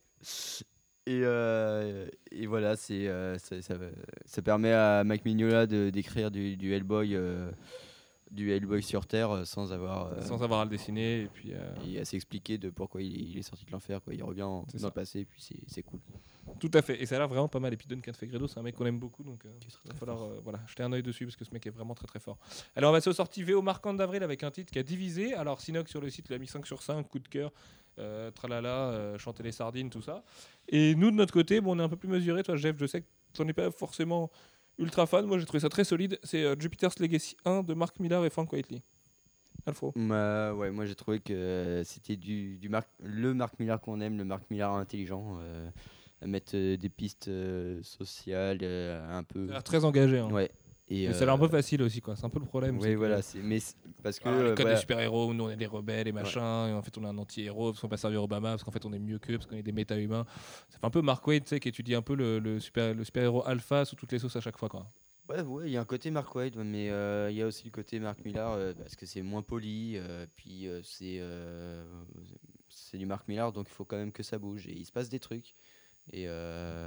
Et voilà, ça permet à Mike Mignola d'écrire du Hellboy sur Terre sans avoir Sans avoir à le dessiner, et puis et à s'expliquer de pourquoi il est sorti de l'enfer, quoi. Il revient dans ça. le passé, et puis c'est cool. tout à fait, et ça a l'air vraiment pas mal. Et puis Duncan Fegredo, c'est un mec qu'on aime beaucoup, donc Qui est très, il va très falloir voilà, jeter un œil dessus parce que ce mec est vraiment très très fort. Alors on va se sortir VO marquante d'avril avec un titre qui a divisé. Alors Sinox sur le site l'a mis 5 sur 5, coup de cœur, tralala, chanter les sardines, tout ça. Et nous de notre côté, bon, on est un peu plus mesuré. Toi Jeff, je sais que t'en es pas forcément ultra fan. Moi j'ai trouvé ça très solide. C'est Jupiter's Legacy 1 de Mark Millar et Frank Whiteley. Alfro. Ouais, moi j'ai trouvé que c'était le Mark Millar qu'on aime, le Mark Millar intelligent, à mettre des pistes sociales un peu. Ça a l'air très engagé. Hein. Ouais. Et Mais ça a l'air un peu facile aussi, quoi. C'est un peu le problème. Oui, c'est que- voilà, parce que les codes voilà. des super-héros, nous on est des rebelles et machin, et en fait on est un anti-héros parce qu'on va servir Obama, parce qu'en fait on est mieux qu'eux, parce qu'on est des méta-humains. Ça fait un peu Mark Waid, tu sais, qui étudie un peu le super-héros alpha sous toutes les sauces à chaque fois, quoi. Ouais, il y a un côté Mark Waid, mais il y a aussi le côté Mark Millar, parce que c'est moins poli, puis c'est du Mark Millar, donc il faut quand même que ça bouge, et il se passe des trucs.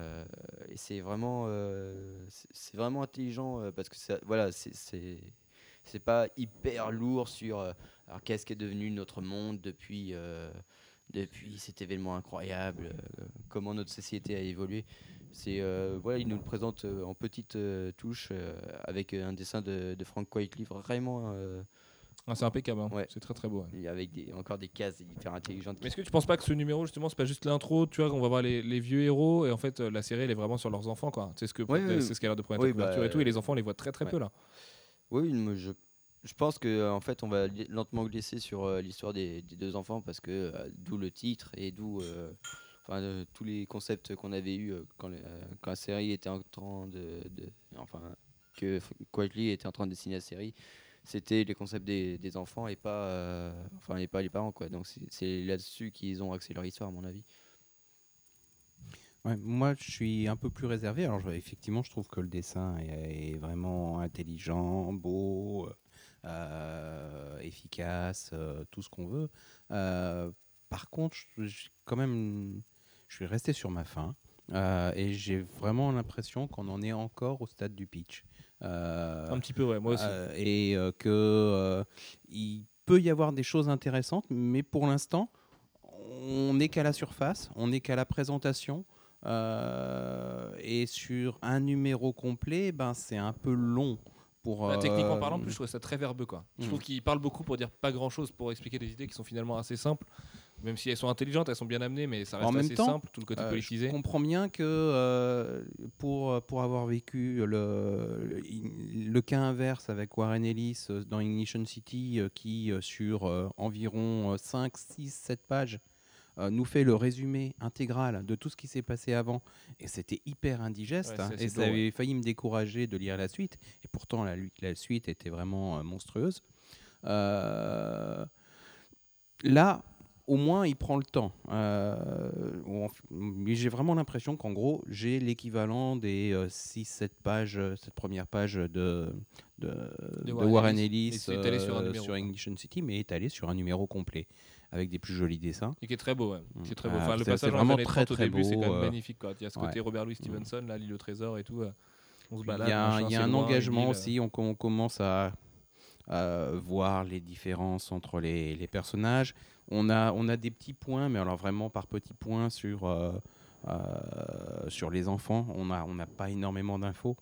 Et c'est vraiment intelligent, parce que ça, voilà, c'est pas hyper lourd sur alors qu'est-ce qui est devenu notre monde depuis cet événement incroyable, comment notre société a évolué. C'est voilà, il nous le présente en petites touches avec un dessin de Frank Quitely vraiment C'est impeccable, hein. Ouais. C'est très très beau. Ouais. et avec encore des cases hyper intelligentes. Mais est-ce que tu penses pas que ce numéro, justement, c'est pas juste l'intro, tu vois, on va voir les vieux héros, et en fait, la série, elle est vraiment sur leurs enfants, quoi. C'est ce que c'est ce qu'elle a l'air de prendre Oui, la couverture bah, et tout, et les enfants, on les voit très très ouais. peu, là. Oui, moi, je pense que en fait on va lentement glisser sur l'histoire des deux enfants parce que d'où le titre et d'où tous les concepts qu'on avait eu quand la série était en train enfin que Quietly était en train de dessiner la série, c'était les concepts des enfants et pas et pas les parents quoi. Donc c'est là-dessus qu'ils ont axé leur histoire à mon avis. Ouais, moi, je suis un peu plus réservé. Alors, effectivement, je trouve que le dessin est vraiment intelligent, beau, efficace, tout ce qu'on veut. Par contre, quand même, je suis resté sur ma faim et j'ai vraiment l'impression qu'on en est encore au stade du pitch. Un petit peu, ouais, moi aussi. Et il peut y avoir des choses intéressantes, mais pour l'instant, on n'est qu'à la surface, on n'est qu'à la présentation. Et sur un numéro complet, ben, c'est un peu long. Techniquement parlant, en plus, je trouve ça très verbeux, quoi. Je Mm. trouve qu'il parle beaucoup pour dire pas grand chose, pour expliquer des idées qui sont finalement assez simples. Même si elles sont intelligentes, elles sont bien amenées, mais ça reste En même assez temps, simple, tout le côté politisé. Je comprends bien que pour avoir vécu le cas inverse avec Warren Ellis dans Ignition City, qui sur environ 5, 6, 7 pages nous fait le résumé intégral de tout ce qui s'est passé avant, et c'était hyper indigeste, Ouais, c'est et ça lourd, avait failli me décourager de lire la suite, et pourtant la suite était vraiment monstrueuse. Là, au moins, il prend le temps. Mais j'ai vraiment l'impression qu'en gros, j'ai l'équivalent des 6-7 pages, cette première page de Warren Ellis Mais c'est étalé sur un numéro, sur quoi. Ignition City, mais étalé sur un numéro complet, avec des plus jolis dessins. Et qui est très beau, ouais. Qui est très beau. Ah, Enfin, le c'est passage vraiment en années très, 30 au très début, c'est quand beau, même magnifique, quoi. Il y a ce côté ouais. Robert Louis Stevenson, là, l'île au trésor et tout. On se Il balade. y a, machin, il y a c'est un loin, engagement une île. aussi, on commence à voir les différences entre les personnages. On a des petits points, mais alors vraiment par petits points sur les enfants. On n'a pas énormément d'infos.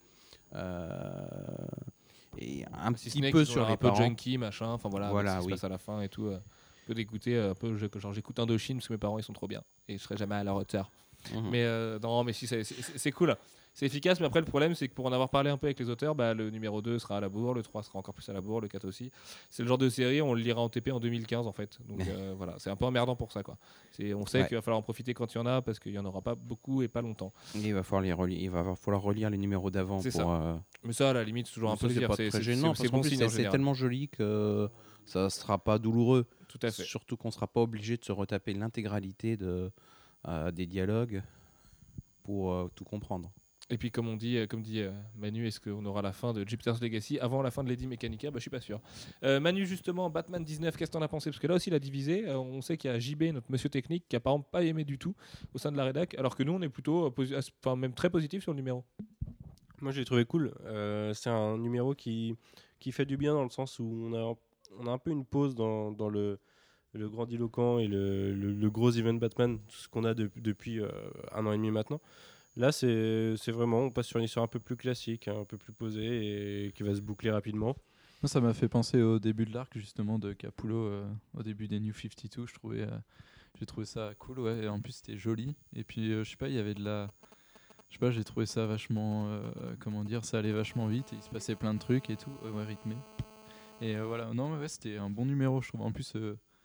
Et un Si ce petit n'est peu qu'ils ont sur l'air les un peu parents. junkie, machin. Enfin voilà, avec ce qui se passe à la fin et tout. Un peu d'écouter, un peu genre j'écoute Indochine parce que mes parents ils sont trop bien et je serai jamais à leur hauteur. Mhm. Mais non, mais si c'est cool. C'est efficace, mais après le problème c'est que pour en avoir parlé un peu avec les auteurs, bah, le numéro 2 sera à la bourre, le 3 sera encore plus à la bourre, le 4 aussi. C'est le genre de série, on le lira en TP en 2015 en fait. Donc voilà, c'est un peu emmerdant pour ça, quoi. On sait qu'il va falloir en profiter quand il y en a parce qu'il n'y en aura pas beaucoup et pas longtemps. Il va falloir relire les numéros d'avant. C'est ça. Mais ça, à la limite, c'est toujours un Ça, plaisir. c'est pas très gênant, parce qu'en plus, c'est tellement joli que ça ne sera pas douloureux. Tout à fait. Surtout qu'on ne sera pas obligé de se retaper l'intégralité des dialogues pour tout comprendre. Et puis comme dit Manu, est-ce qu'on aura la fin de Jupiter's Legacy avant la fin de Lady Mechanica? Je suis pas sûr. Manu, justement, Batman 19, qu'est-ce que t'en as pensé? Parce que là aussi il a divisé. On sait qu'il y a JB, notre monsieur technique, qui a par exemple pas aimé du tout au sein de la rédac, alors que nous on est plutôt même très positif sur le numéro. Moi, je l'ai trouvé cool. C'est un numéro qui fait du bien dans le sens où on a un peu une pause dans le grandiloquent et le gros event Batman, tout ce qu'on a depuis 1 an et demi maintenant. Là, c'est vraiment, on passe sur une histoire un peu plus classique, un peu plus posée et qui va se boucler rapidement. Moi, ça m'a fait penser au début de l'arc justement de Capullo, au début des New 52. J'ai trouvé ça cool, ouais. Et en plus, c'était joli. Et puis, je sais pas, il y avait j'ai trouvé ça vachement, ça allait vachement vite. Et il se passait plein de trucs et tout, rythmé. Et voilà, non, mais ouais, c'était un bon numéro, je trouve. En plus,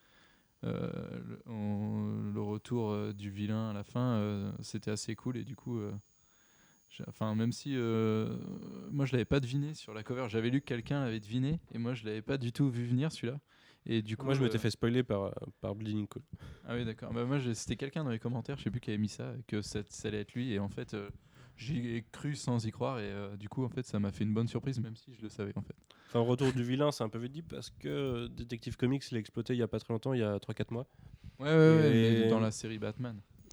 le retour du vilain à la fin, c'était assez cool. Et du coup, même si moi, je l'avais pas deviné sur la cover, j'avais lu que quelqu'un l'avait deviné. Et moi, je l'avais pas du tout vu venir celui-là. Et du coup, moi, je m'étais fait spoiler par Bleeding Cool. Ah oui, d'accord. Bah, moi, c'était quelqu'un dans les commentaires, je sais plus qui avait mis ça, que ça allait être lui. Et en fait, j'y ai cru sans y croire. Et du coup, en fait, ça m'a fait une bonne surprise, même si je le savais, en fait. Enfin, le retour du vilain, c'est un peu vite dit parce que Detective Comics l'a exploité il y a pas très longtemps, il y a 3-4 mois. Ouais, mais dans la série Batman.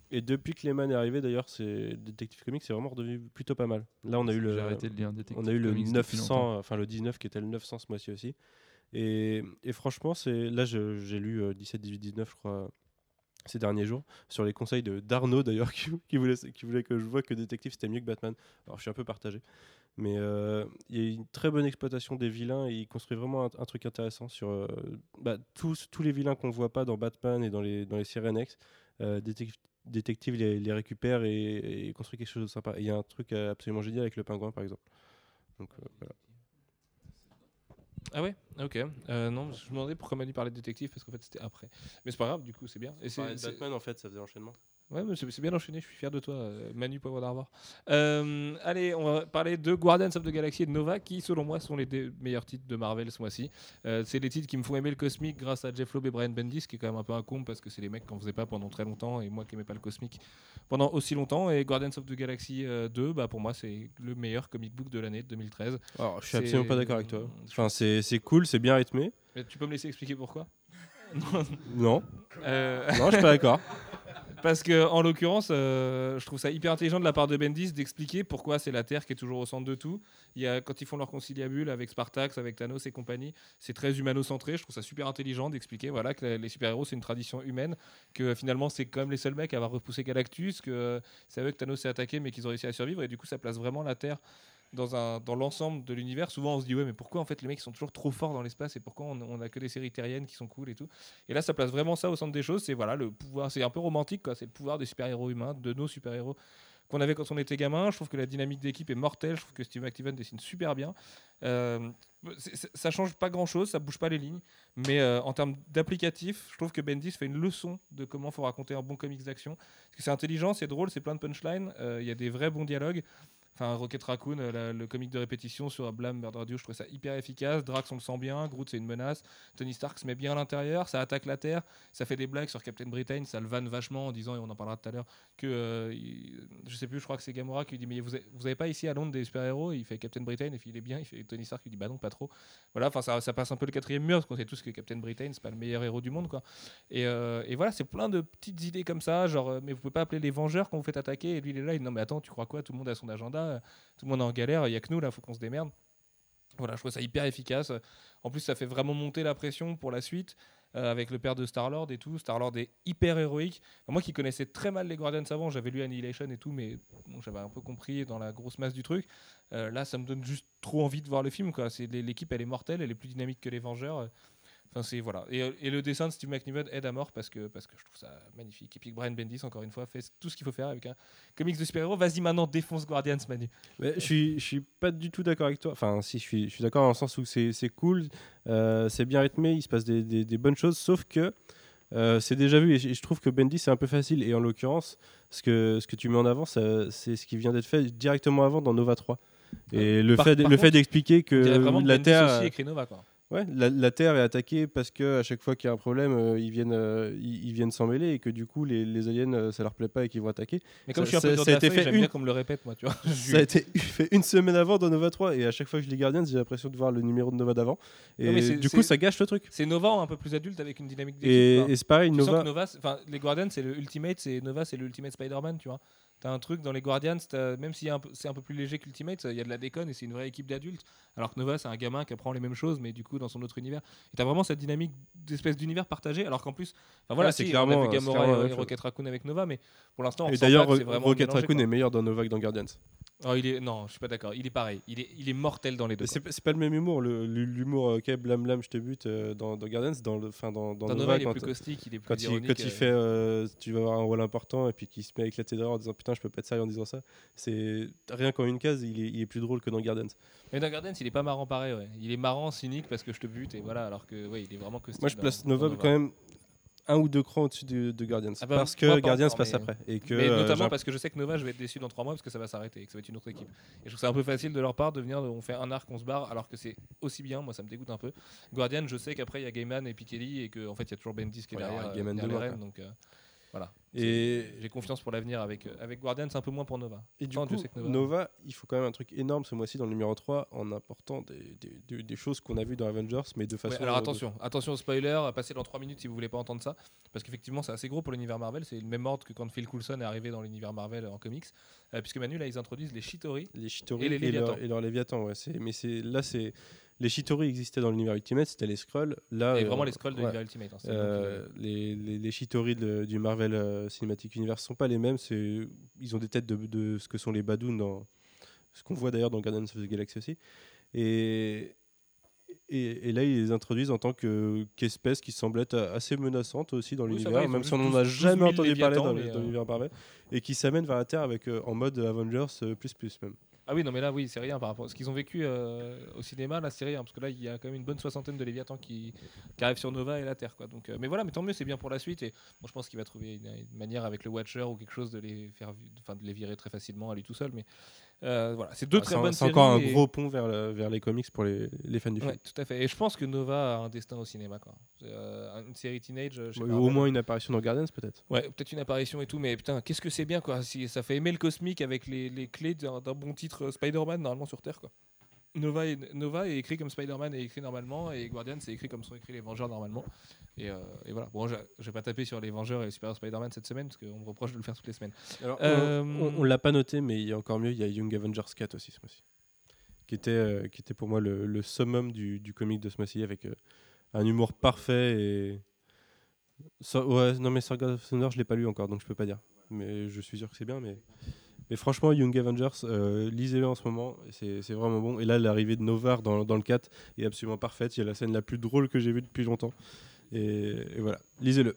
Et depuis que Lehman est arrivé, d'ailleurs, Detective Comics, c'est vraiment redevenu plutôt pas mal. Là, on a eu J'ai arrêté de lire Detective on a eu le Comics depuis longtemps. 900, enfin le 19 qui était le 900 ce mois-ci aussi. Et franchement, là, j'ai lu 17, 18, 19, je crois, ces derniers jours, sur les conseils d'Arnaud, d'ailleurs, qui voulait que je vois que Detective, c'était mieux que Batman. Alors, je suis un peu partagé. Mais il y a une très bonne exploitation des vilains et il construit vraiment un truc intéressant sur tous les vilains qu'on voit pas dans Batman et dans les séries annexes. Détective les récupère et construit quelque chose de sympa. Et il y a un truc absolument génial avec le pingouin, par exemple. Donc voilà. Ah ouais, ok. Non, je me demandais pourquoi Manu parlait de détective parce qu'en fait c'était après. Mais c'est pas grave, du coup c'est bien. Et c'est Batman, en fait, ça faisait enchaînement. Ouais, mais c'est bien enchaîné, je suis fier de toi, Manu Poivre d'Arvor. Allez, on va parler de Guardians of the Galaxy et de Nova, qui selon moi sont les deux meilleurs titres de Marvel ce mois-ci. C'est les titres qui me font aimer le cosmique grâce à Jeff Loeb et Brian Bendis, qui est quand même un peu un con parce que c'est les mecs qu'on faisait pas pendant très longtemps, et moi qui aimais pas le cosmique pendant aussi longtemps. Et Guardians of the Galaxy 2, bah, pour moi c'est le meilleur comic book de l'année de 2013. Alors, je suis absolument pas d'accord avec toi. Enfin, c'est cool, c'est bien rythmé. Mais tu peux me laisser expliquer pourquoi? Non, non, je suis pas d'accord. Parce que en l'occurrence, je trouve ça hyper intelligent de la part de Bendis d'expliquer pourquoi c'est la Terre qui est toujours au centre de tout. Quand ils font leur conciliabule avec Spartax, avec Thanos et compagnie, c'est très humano-centré. Je trouve ça super intelligent d'expliquer voilà, que les super-héros c'est une tradition humaine, que finalement c'est quand même les seuls mecs à avoir repoussé Galactus, que c'est à eux que Thanos s'est attaqué mais qu'ils ont réussi à survivre, et du coup ça place vraiment la Terre dans l'ensemble de l'univers. Souvent on se dit ouais, mais pourquoi en fait les mecs sont toujours trop forts dans l'espace et pourquoi on a que des séries terriennes qui sont cool et tout. Et là ça place vraiment ça au centre des choses. C'est voilà, le pouvoir, c'est un peu romantique quoi, c'est le pouvoir des super-héros humains, de nos super-héros qu'on avait quand on était gamin. Je trouve que la dynamique d'équipe est mortelle. Je trouve que Steve McNiven dessine super bien. Ça change pas grand chose, ça bouge pas les lignes, mais en termes d'applicatif, je trouve que Bendis fait une leçon de comment faut raconter un bon comics d'action. Parce que c'est intelligent, c'est drôle, c'est plein de punchlines, il y a des vrais bons dialogues. Enfin, Rocket Raccoon, le comic de répétition sur Blam, Murder Duo, je trouve ça hyper efficace. Drax, on le sent bien. Groot, c'est une menace. Tony Stark se met bien à l'intérieur. Ça attaque la Terre. Ça fait des blagues sur Captain Britain. Ça le vanne vachement en disant, et on en parlera tout à l'heure, que je sais plus, je crois que c'est Gamora qui lui dit mais vous avez pas ici à Londres des super-héros? Il fait Captain Britain et puis il est bien. Il fait Tony Stark qui lui dit bah non, pas trop. Voilà, enfin ça passe un peu le quatrième mur parce qu'on sait tous que Captain Britain c'est pas le meilleur héros du monde quoi. Et voilà, c'est plein de petites idées comme ça, genre mais vous pouvez pas appeler les Vengeurs quand vous faites attaquer. Et lui il est là, il dit non mais attends, tu crois quoi? Tout le monde a son agenda. Tout le monde est en galère, il n'y a que nous là, faut qu'on se démerde. Voilà, je trouve ça hyper efficace. En plus, ça fait vraiment monter la pression pour la suite, avec le père de Star-Lord et tout. Star-Lord est hyper héroïque. Enfin, moi qui connaissais très mal les Guardians avant, j'avais lu Annihilation et tout, mais bon, j'avais un peu compris dans la grosse masse du truc. Là, ça me donne juste trop envie de voir le film, quoi. L'équipe, elle est mortelle, elle est plus dynamique que les Vengeurs. Enfin, c'est voilà. Et le dessin de Steve McNiven aide à mort parce que je trouve ça magnifique. Et puis Brian Bendis, encore une fois, fait tout ce qu'il faut faire avec un comics de super-héros. Vas-y maintenant, défonce Guardians, Manu. Mais je suis pas du tout d'accord avec toi. Enfin, si, je suis d'accord dans le sens où c'est cool, c'est bien rythmé, il se passe des bonnes choses, sauf que c'est déjà vu et je trouve que Bendis c'est un peu facile. Et en l'occurrence, ce que tu mets en avant, c'est ce qui vient d'être fait directement avant dans Nova 3. Et le fait d'expliquer que la Terre aussi écrit Nova, quoi. Ouais, la Terre est attaquée parce que à chaque fois qu'il y a un problème, ils viennent s'en mêler et que du coup les aliens ça leur plaît pas et qu'ils vont attaquer. Mais comme je suis un peu dur de la feuille, j'aime bien qu'on me le répète moi, tu vois. Ça a été fait une semaine avant dans Nova 3 et à chaque fois que je lis Guardians, j'ai l'impression de voir le numéro de Nova d'avant et non, du coup ça gâche le truc. C'est Nova un peu plus adulte avec une dynamique d'équipe. Et c'est pareil, Nova, les Guardians c'est le Ultimate, c'est Nova c'est le Ultimate Spider-Man, tu vois. T'as un truc dans les Guardians, même si c'est un peu plus léger qu'Ultimate, il y a de la déconne et c'est une vraie équipe d'adultes. Alors que Nova, c'est un gamin qui apprend les mêmes choses, mais du coup dans son autre univers. Et t'as vraiment cette dynamique d'espèce d'univers partagé. Alors qu'en plus, enfin voilà, c'est si, clairement, on avait Gamora c'est et Rocket Raccoon avec Nova, mais pour l'instant, on et ressent d'ailleurs pas que c'est vraiment Rocket mélangé, Raccoon quoi. est meilleur dans Nova que dans Guardians. Oh, non, je suis pas d'accord. Il est pareil. Il est mortel dans les deux. C'est pas le même humour. L'humour, ok, blam blam, je te bute dans Guardians, dans Nova, il est plus caustique, il est plus ironique. Quand il fait, tu vas avoir un rôle important et puis qu'il se met à éclater de rire en disant putain, je peux pas être sérieux en disant ça. C'est rien qu'en une case, il est plus drôle que dans Guardians. Mais dans Guardians, il est pas marrant pareil. Ouais. Il est marrant, cynique parce que je te bute et voilà. Alors que ouais, il est vraiment caustique. Moi, je place Nova quand même un ou deux crans au-dessus de Guardians. Ah bah, parce que Guardians encore, passe après. Et que, mais notamment parce que je sais que Nova, je vais être déçu dans 3 mois parce que ça va s'arrêter et que ça va être une autre équipe. Et je trouve ça un peu facile de leur part de venir, on fait un arc, on se barre, alors que c'est aussi bien. Moi, ça me dégoûte un peu. Guardian, je sais qu'après, il y a Gaiman et Piketty et qu'en fait, il y a toujours Bendis qui est derrière, Gaiman derrière les rênes. Donc voilà. J'ai confiance pour l'avenir avec Guardians, un peu moins pour Nova. Et du Enfin, coup, Dieu sait que Nova, il faut quand même un truc énorme ce mois-ci dans le numéro 3 en apportant des choses qu'on a vues dans Avengers, mais de façon. Ouais, alors attention au spoiler, passez dans 3 minutes si vous voulez pas entendre ça, parce qu'effectivement c'est assez gros pour l'univers Marvel, c'est le même ordre que quand Phil Coulson est arrivé dans l'univers Marvel en comics, puisque Manu là ils introduisent les Chitauri. Les Chitauri et les Léviathans. Et leurs Léviathans, ouais. Les Chitauri existaient dans l'univers Ultimate, c'était les Skrulls. Là, Et vraiment les Skrulls de ouais. l'univers Ultimate. Les Chitauri du Marvel Cinematic Universe sont pas les mêmes. Ils ont des têtes de ce que sont les Badoons, dans ce qu'on voit d'ailleurs dans Guardians of the Galaxy aussi. Et là, ils les introduisent en tant qu'espèce qui semble être assez menaçante aussi dans l'univers, même si on n'en a jamais entendu parler dans l'univers Marvel, et qui s'amène vers la Terre en mode Avengers plus même. Ah oui, non mais là oui, c'est rien par rapport à ce qu'ils ont vécu au cinéma, là c'est rien, parce que là il y a quand même une bonne 60aine de Léviathans qui arrivent sur Nova et la Terre, quoi. Donc, mais voilà, mais tant mieux, c'est bien pour la suite, et bon, je pense qu'il va trouver une manière avec le Watcher ou quelque chose de les virer très facilement à lui tout seul, mais voilà, c'est deux très bonnes séries. C'est encore un gros pont vers les comics pour les fans du film. Ouais, tout à fait, et je pense que Nova a un destin au cinéma, quoi. Une série teenage, au moins une apparition dans Guardians peut-être. Ouais, peut-être une apparition et tout, mais putain, qu'est-ce que c'est bien, quoi. Si ça fait aimer le cosmique avec les clés d'un bon titre Spider-Man normalement sur Terre, quoi. Nova est écrit comme Spider-Man est écrit normalement, et Guardian c'est écrit comme sont écrits les Vengeurs normalement, et voilà. Bon, je vais pas taper sur les Vengeurs et les Super Spider-Man cette semaine parce qu'on me reproche de le faire toutes les semaines. Alors, on l'a pas noté, mais il y a encore mieux, il y a Young Avengers 4 aussi ce mois-ci, qui était pour moi le summum du comic de ce mois-ci, avec un humour parfait et non mais Saga of Thunder je l'ai pas lu encore donc je peux pas dire, mais je suis sûr que c'est bien, mais franchement Young Avengers, lisez-le en ce moment, c'est vraiment bon. Et là l'arrivée de Novar dans le 4 est absolument parfaite, il y a la scène la plus drôle que j'ai vue depuis longtemps, et voilà, lisez-le.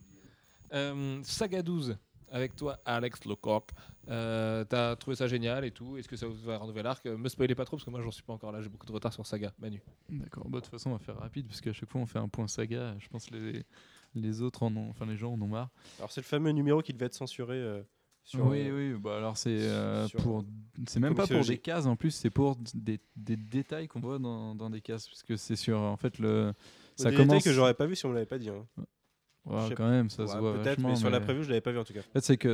Saga 12 avec toi Alex Lecoq, t'as trouvé ça génial et tout, est-ce que ça va avoir un nouvel arc? Me spoilez pas trop parce que moi j'en suis pas encore là, j'ai beaucoup de retard sur Saga. Manu? D'accord, de toute façon on va faire rapide parce qu'à chaque fois on fait un point Saga, je pense les autres les gens en ont marre. Alors c'est le fameux numéro qui devait être censuré oui, bah alors c'est même pas pour des cases, en plus c'est pour des détails qu'on voit dans des cases, parce que c'est sur en fait ça commence détails que j'aurais pas vu si on me l'avait pas dit, hein. Ouais, quand même ça se voit peut-être vachement, mais sur la preview je l'avais pas vu en tout cas. En fait c'est que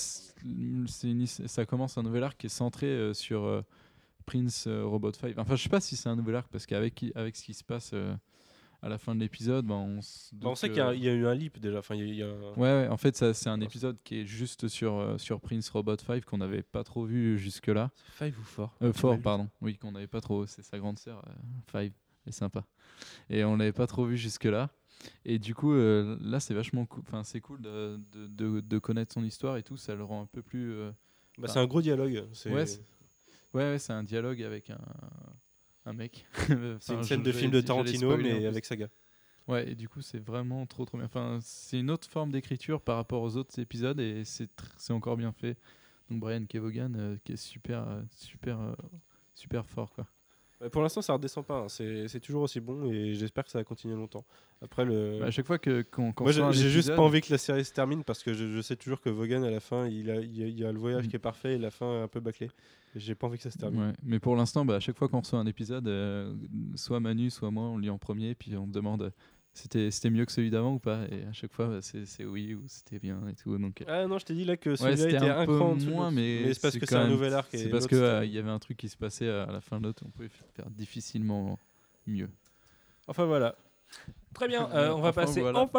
ça commence un nouvel arc qui est centré sur Prince Robot 5. Enfin je sais pas si c'est un nouvel arc parce qu'avec ce qui se passe à la fin de l'épisode, on sait qu'il y a eu un leap déjà. Enfin, ouais, en fait, c'est un épisode qui est juste sur Prince Robot 5 qu'on n'avait pas trop vu jusque-là. 5 ou 4 4, pardon. Oui, qu'on n'avait pas trop. C'est sa grande sœur, 5. Elle est sympa. Et on l'avait pas trop vu jusque-là. Et du coup, là, c'est vachement cool. Enfin, c'est cool de connaître son histoire et tout. Ça le rend un peu plus. C'est un gros dialogue. Ouais, c'est un dialogue avec un mec. C'est une scène de film de Tarantino, mais avec Saga. Ouais, et du coup, c'est vraiment trop bien. Enfin, c'est une autre forme d'écriture par rapport aux autres épisodes, et c'est encore bien fait. Donc Brian Kevogan, qui est super fort, quoi. Pour l'instant, ça redescend pas. Hein. C'est toujours aussi bon, et j'espère que ça va continuer longtemps. Après à chaque fois qu'on moi, j'ai juste pas envie que la série se termine, parce que je sais toujours que Vaughan, à la fin, il y a le voyage qui est parfait et la fin un peu bâclée. J'ai pas envie que ça se termine. Ouais, mais pour l'instant, à chaque fois qu'on reçoit un épisode, soit Manu, soit moi, on lit en premier, puis on me demande c'était mieux que celui d'avant ou pas, et à chaque fois c'est oui, ou c'était bien et tout. Donc non, je t'ai dit là que celui-là était un cran moins, mais c'est parce que c'est un nouvel arc. C'est parce que il y avait un truc qui se passait à la fin de l'autre, on pouvait faire difficilement mieux. Enfin voilà. Très bien, on va passer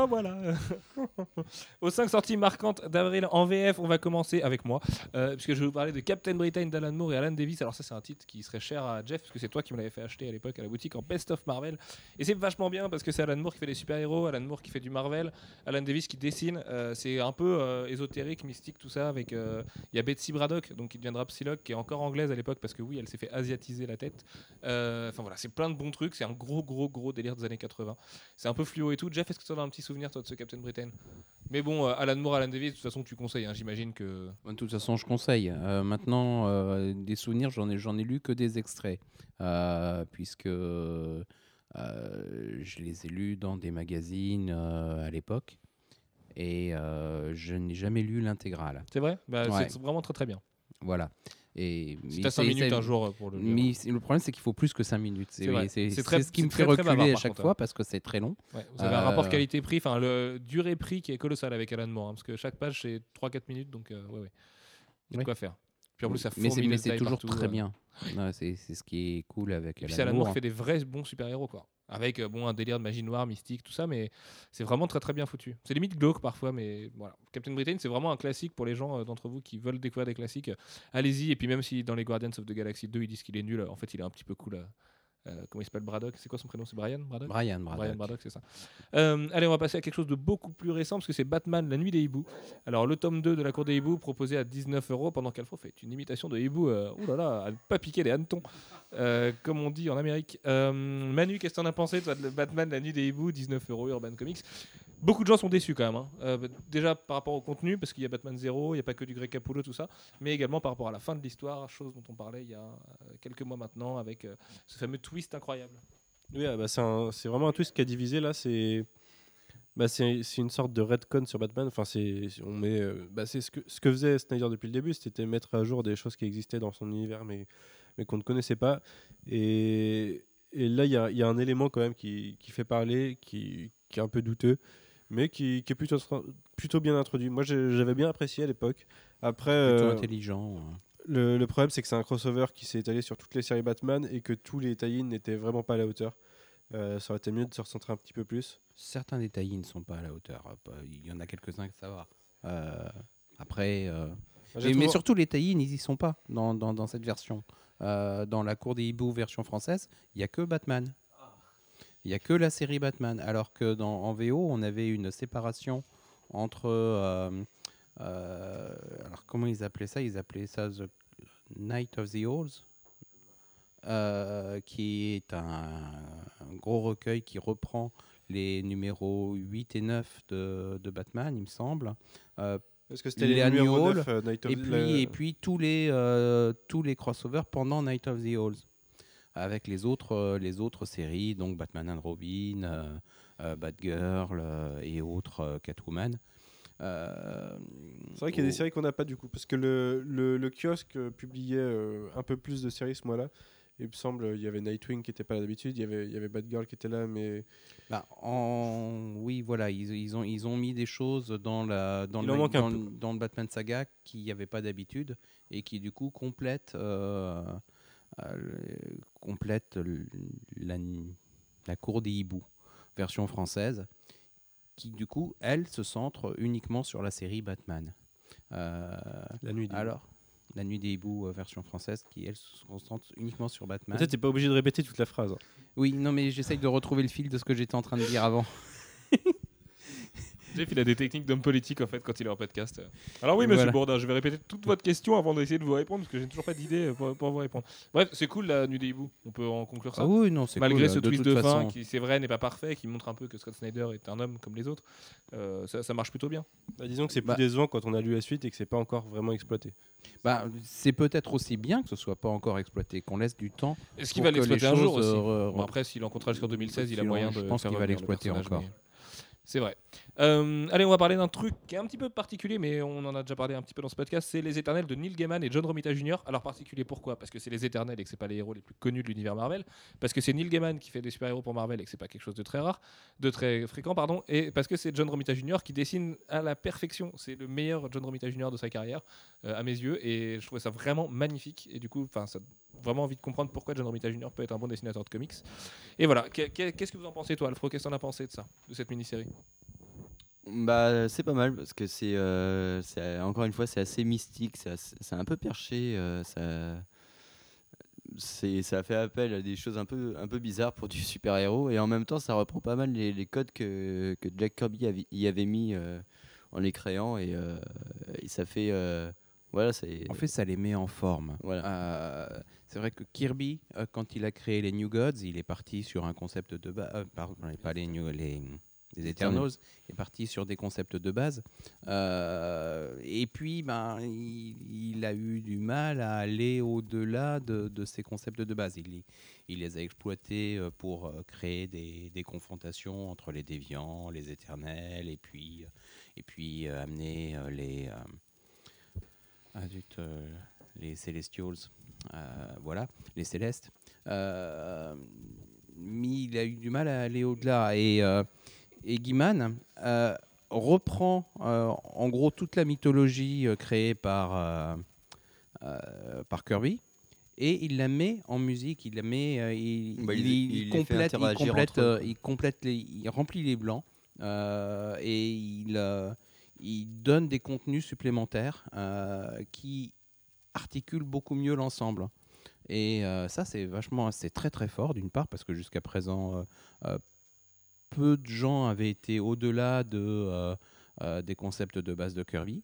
aux 5 sorties marquantes d'avril en VF. On va commencer avec moi, puisque je vais vous parler de Captain Britain d'Alan Moore et Alan Davis. Alors ça, c'est un titre qui serait cher à Jeff, parce que c'est toi qui me l'avais fait acheter à l'époque à la boutique en Best of Marvel. Et c'est vachement bien, parce que c'est Alan Moore qui fait des super-héros, Alan Moore qui fait du Marvel, Alan Davis qui dessine. C'est un peu ésotérique, mystique, tout ça. Avec il y a Betsy Braddock, donc qui deviendra Psylocke, qui est encore anglaise à l'époque, parce que oui, elle s'est fait asiatiser la tête. Enfin voilà, c'est plein de bons trucs. C'est un gros délire des années 80. C'est un peu fluo et tout. Jeff, est-ce que tu as un petit souvenir toi de ce Captain Britain? Mais bon, Alan Moore, Alan Davis, de toute façon tu conseilles, hein, j'imagine que... De toute façon je conseille. Maintenant, des souvenirs, j'en ai lu que des extraits, puisque je les ai lus dans des magazines à l'époque, et je n'ai jamais lu l'intégrale. C'est vrai? Ouais. C'est vraiment très bien. Voilà. Si t'as 5 minutes un jour pour le lire. Mais le problème, c'est qu'il faut plus que 5 minutes. C'est vrai. C'est C'est très- ce qui me c'est fait très, très reculer bavard, à par chaque contre, fois parce que c'est très long. Ouais, vous avez un rapport qualité-prix, enfin le durée-prix qui est colossal avec Alan Moore, parce que chaque page c'est 3-4 minutes, donc ouais. Il y a de Ouais. quoi faire. Puis en plus, ça Mais fourmille de c'est détails toujours partout, très bien. Ouais, c'est ce qui est cool avec Et puis Alan Alan Moore Moore. fait des vrais bons super-héros, quoi. Avec un délire de magie noire, mystique, tout ça, mais c'est vraiment très très bien foutu. C'est limite glauque parfois, mais voilà. Captain Britain, c'est vraiment un classique pour les gens d'entre vous qui veulent découvrir des classiques. Allez-y, et puis même si dans les Guardians of the Galaxy 2 ils disent qu'il est nul, en fait il est un petit peu cool. Comment il s'appelle, Braddock? C'est quoi son prénom? C'est Brian Braddock? Brian Brian Braddock. Braddock, c'est ça. Allez, on va passer à quelque chose de beaucoup plus récent parce que c'est Batman, la nuit des hiboux. Alors, le tome 2 de la cour des hiboux proposé à 19 € pendant qu'Alfro fait une imitation de hibou. Ouh là là, à ne pas piquer les hannetons, comme on dit en Amérique. Manu, qu'est-ce que t'en as pensé, toi, de Batman, la nuit des hiboux, 19 € Urban Comics? Beaucoup de gens sont déçus quand même. Déjà par rapport au contenu, parce qu'il y a Batman 0, il n'y a pas que du Greg Capullo, tout ça, mais également par rapport à la fin de l'histoire, chose dont on parlait il y a quelques mois maintenant, avec ce fameux twist incroyable. Oui, c'est vraiment un twist qui a divisé là. C'est une sorte de retcon sur Batman. Enfin, c'est ce que faisait Snyder depuis le début, c'était mettre à jour des choses qui existaient dans son univers, mais qu'on ne connaissait pas. Et là, il y a un élément quand même qui fait parler, qui est un peu douteux, mais qui est plutôt bien introduit. Moi, j'avais bien apprécié à l'époque. Après, Plutôt intelligent. le problème, c'est que c'est un crossover qui s'est étalé sur toutes les séries Batman et que tous les tie-ins n'étaient vraiment pas à la hauteur. Ça aurait été mieux de se recentrer un petit peu plus. Certains détails ne sont pas à la hauteur. Il y en a quelques-uns que ça va. Après, mais surtout les tie-ins, ils y sont pas dans cette version. Dans la cour des hiboux version française, il y a que Batman. Il y a que la série Batman. Alors que en VO, on avait une séparation entre. Alors comment ils appelaient ça? Ils appelaient ça The Night of the Owls. Qui est un gros recueil qui reprend les numéros 8 et 9 de Batman, il me semble. Parce que c'était les les numéros annuals, 9, Night of et puis tous les crossovers pendant Night of the Owls, avec les autres séries, donc Batman and Robin, Batgirl et autres, Catwoman. C'est vrai qu'il y a des séries qu'on n'a pas du coup, parce que le kiosque publiait un peu plus de séries ce mois-là. Il me semble il y avait Nightwing qui n'était pas là d'habitude, il y avait Batgirl qui était là, mais oui, voilà, ils ont mis des choses dans le Batman Saga qu'il n'y avait pas d'habitude et qui du coup complètent la cour des hiboux version française, qui du coup elle se centre uniquement sur la série Batman. la nuit. La nuit des hiboux version française, qui elle se concentre uniquement sur Batman. Peut-être t'es pas obligé de répéter toute la phrase. Oui, non, mais j'essaye de retrouver le fil de ce que j'étais en train de dire avant. Jeff, il a des techniques d'homme politique en fait quand il est en podcast. Alors oui, monsieur Bourdin, je vais répéter toute votre question avant d'essayer de vous répondre parce que j'ai toujours pas d'idée pour vous répondre. Bref, c'est cool la nuit des hiboux. On peut en conclure ça. Ah oui, non, c'est malgré cool, ce twist de fin façon. qui, c'est vrai, n'est pas parfait, qui montre un peu que Scott Snyder est un homme comme les autres. Ça marche plutôt bien. Disons que c'est plus décevant quand on a lu la suite et que c'est pas encore vraiment exploité. C'est peut-être aussi bien que ce soit pas encore exploité, qu'on laisse du temps. Est-ce qu'il va l'exploiter un jour aussi bon, après, s'il en comptera jusqu'en 2016, il a moyen de. Je pense qu'il va l'exploiter encore. C'est vrai. Allez, on va parler d'un truc qui est un petit peu particulier, mais on en a déjà parlé un petit peu dans ce podcast. C'est Les Éternels de Neil Gaiman et John Romita Jr. Alors particulier, pourquoi? Parce que c'est les Éternels et que c'est pas les héros les plus connus de l'univers Marvel. Parce que c'est Neil Gaiman qui fait des super-héros pour Marvel et que c'est pas quelque chose de très rare, de très fréquent, pardon. Et parce que c'est John Romita Jr. qui dessine à la perfection. C'est le meilleur John Romita Jr. de sa carrière, à mes yeux, et je trouvais ça vraiment magnifique. Et du coup, ça vraiment envie de comprendre pourquoi John Romita Jr. peut être un bon dessinateur de comics. Et voilà. Qu'est-ce que vous en pensez, toi, Alfro? Qu'est-ce que t'en as pensé de ça, de cette mini-série? C'est pas mal parce que c'est encore une fois c'est assez mystique, c'est un peu perché, ça fait appel à des choses un peu bizarres pour du super-héros et en même temps ça reprend pas mal les codes que Jack Kirby y avait mis en les créant et ça fait voilà, en fait ça les met en forme. Voilà. C'est vrai que Kirby quand il a créé les New Gods, il est parti sur un concept de pardon, pas les des Eternals est parti sur des concepts de base et puis il a eu du mal à aller au-delà de ces concepts de base. Il les a exploités pour créer des confrontations entre les déviants, les éternels et puis amener les Celestials, voilà, les Célestes. Mais il a eu du mal à aller au-delà. Et Gaiman reprend en gros toute la mythologie créée par Kirby. Et il la met en musique, il la met, il les fait interagir entre eux, quoi. il remplit les blancs et il donne des contenus supplémentaires qui articulent beaucoup mieux l'ensemble. Et ça, c'est très très fort d'une part parce que jusqu'à présent, peu de gens avaient été au-delà des concepts de base de Kirby.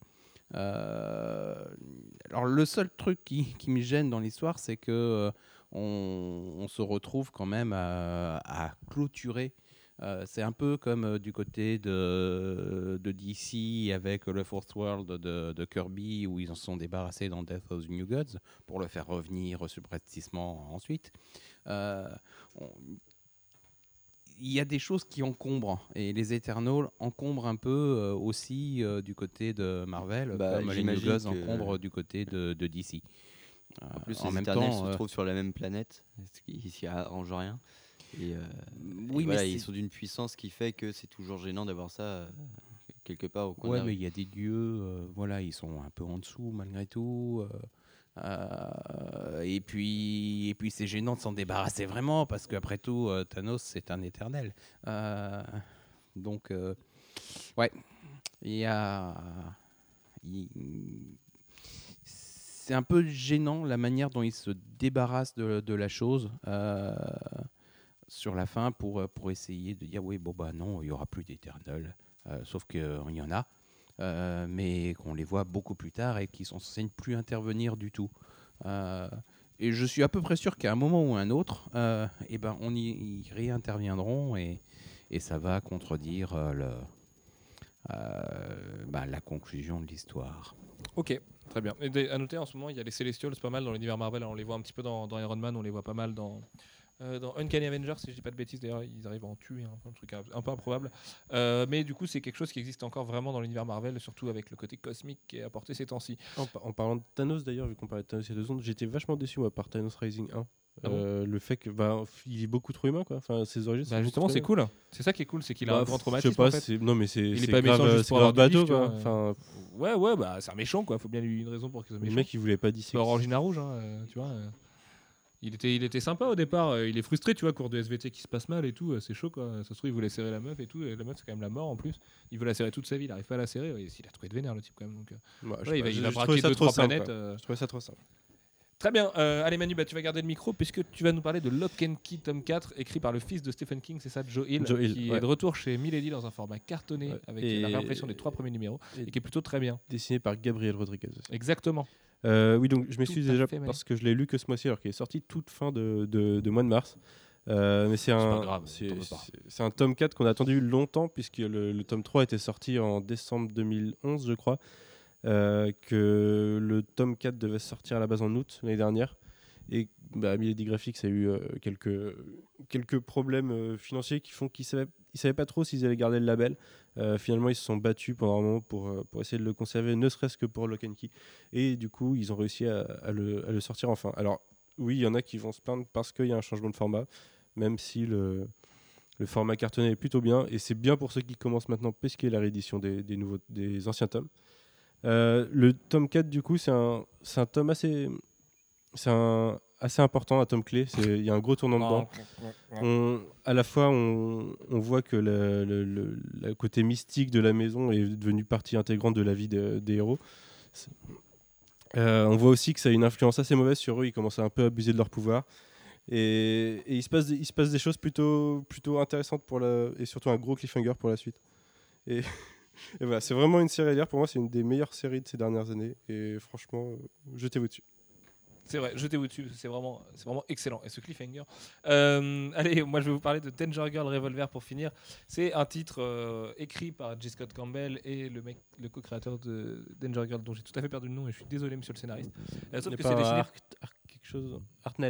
Alors le seul truc qui me gêne dans l'histoire, c'est que on se retrouve quand même à clôturer. C'est un peu comme du côté de DC avec le Fourth World de Kirby, où ils en sont débarrassés dans Death of the New Gods pour le faire revenir subrepticement ensuite. Il y a des choses qui encombrent, et les Eternals encombrent un peu aussi du côté de Marvel, comme les New j'imagine Gods que- encombrent du côté de DC. En plus, en les même Éternels temps, se trouvent sur la même planète, ce qui s'y arrange rien. Et, oui, et mais voilà, ils c'est- sont d'une puissance qui fait que c'est toujours gênant d'avoir ça quelque part au coin de ouais, la mais rue. il y a des dieux, voilà, ils sont un peu en dessous malgré tout. Et puis c'est gênant de s'en débarrasser vraiment parce qu'après tout, Thanos c'est un éternel. Donc, ouais, il y a. C'est un peu gênant la manière dont il se débarrasse de la chose sur la fin pour essayer de dire oui, bon, bah non, il n'y aura plus d'éternel. Sauf qu'il y en a. Mais qu'on les voit beaucoup plus tard et qui sont censés ne plus intervenir du tout. Et je suis à peu près sûr qu'à un moment ou un autre, eh ben, ils réinterviendront et ça va contredire la conclusion de l'histoire. Ok, très bien. Et à noter, en ce moment, il y a les Celestials, pas mal dans l'univers Marvel. Alors, on les voit un petit peu dans Iron Man, on les voit pas mal dans Uncanny Avengers, si je dis pas de bêtises. D'ailleurs, ils arrivent à en tuer, un truc un peu improbable. Mais du coup, c'est quelque chose qui existe encore vraiment dans l'univers Marvel, surtout avec le côté cosmique qui est apporté ces temps-ci. En parlant de Thanos d'ailleurs, vu qu'on parlait de Thanos il y a 2 secondes, j'étais vachement déçu moi par Thanos Rising 1. Ah bon Le fait que il est beaucoup trop humain quoi. Enfin ses origines. Bah, justement, c'est cool. C'est ça qui est cool, c'est qu'il a un grand Je traumatisme. sais pas, en fait. non mais c'est Il est pas grave, méchant juste c'est pour grave avoir du bateau bif, tu quoi. vois. Enfin, Ouais, bah c'est un méchant quoi. Faut bien lui une raison pour qu'il soit le méchant. mec il voulait pas C'est Orangina rouge, tu vois. Il était sympa au départ. Il est frustré, tu vois, cours de SVT qui se passe mal et tout. C'est chaud quoi. Ça se trouve il voulait serrer la meuf et tout. Et la meuf c'est quand même la mort en plus. Il veut la serrer toute sa vie. Il arrive pas à la serrer. Il a trouvé de vénère le type quand même. Donc, moi, je ouais, sais pas, il va je trouvais braquer ça trop 2-3 simple, planètes. quoi. Je trouvais ça trop simple. Très bien. Allez Manu, tu vas garder le micro puisque tu vas nous parler de Lock and Key tome 4, écrit par le fils de Stephen King, c'est ça, Joe Hill, qui ouais. est de retour chez Milady dans un format cartonné avec la Et- réimpression des 3 premiers numéros et qui est plutôt très bien. Dessiné par Gabriel Rodriguez aussi. Exactement. Oui, donc je m'excuse Tout à déjà fait, parce que je l'ai lu que ce mois-ci alors qu'il est sorti toute fin de mois de mars. Mais c'est pas un, grave, c'est, t'en veux pas. c'est un tome 4 qu'on a attendu longtemps puisque le tome 3 était sorti en décembre 2011 je crois. Que le tome 4 devait sortir à la base en août l'année dernière. Et Milady Graphics a eu quelques problèmes financiers qui font qu'ils savaient pas trop s'ils allaient garder le label. Finalement, ils se sont battus pendant un moment pour essayer de le conserver, ne serait-ce que pour Lock and Key. Et du coup, ils ont réussi à le sortir enfin. Alors, oui, il y en a qui vont se plaindre parce qu'il y a un changement de format, même si le format cartonné est plutôt bien. Et c'est bien pour ceux qui commencent maintenant, puisqu'il y a la réédition des anciens tomes. Le tome 4, du coup, c'est un tome assez important, un tome clé. Il y a un gros tournant dedans. À la fois, on voit que le côté mystique de la maison est devenu partie intégrante de la vie des héros. On voit aussi que ça a une influence assez mauvaise sur eux. Ils commencent à un peu abuser de leur pouvoir. Et il se passe des choses plutôt intéressantes et surtout un gros cliffhanger pour la suite. Et voilà, c'est vraiment une série à lire. Pour moi, c'est une des meilleures séries de ces dernières années. Et franchement, jetez-vous dessus. C'est vrai, jetez-vous dessus, c'est vraiment excellent. Et ce cliffhanger. Allez, moi je vais vous parler de Danger Girl Revolver pour finir. C'est un titre écrit par J. Scott Campbell et le co-créateur de Danger Girl, dont j'ai tout à fait perdu le nom et je suis désolé, monsieur le scénariste. Sauf que c'est dessiné. Hartnell.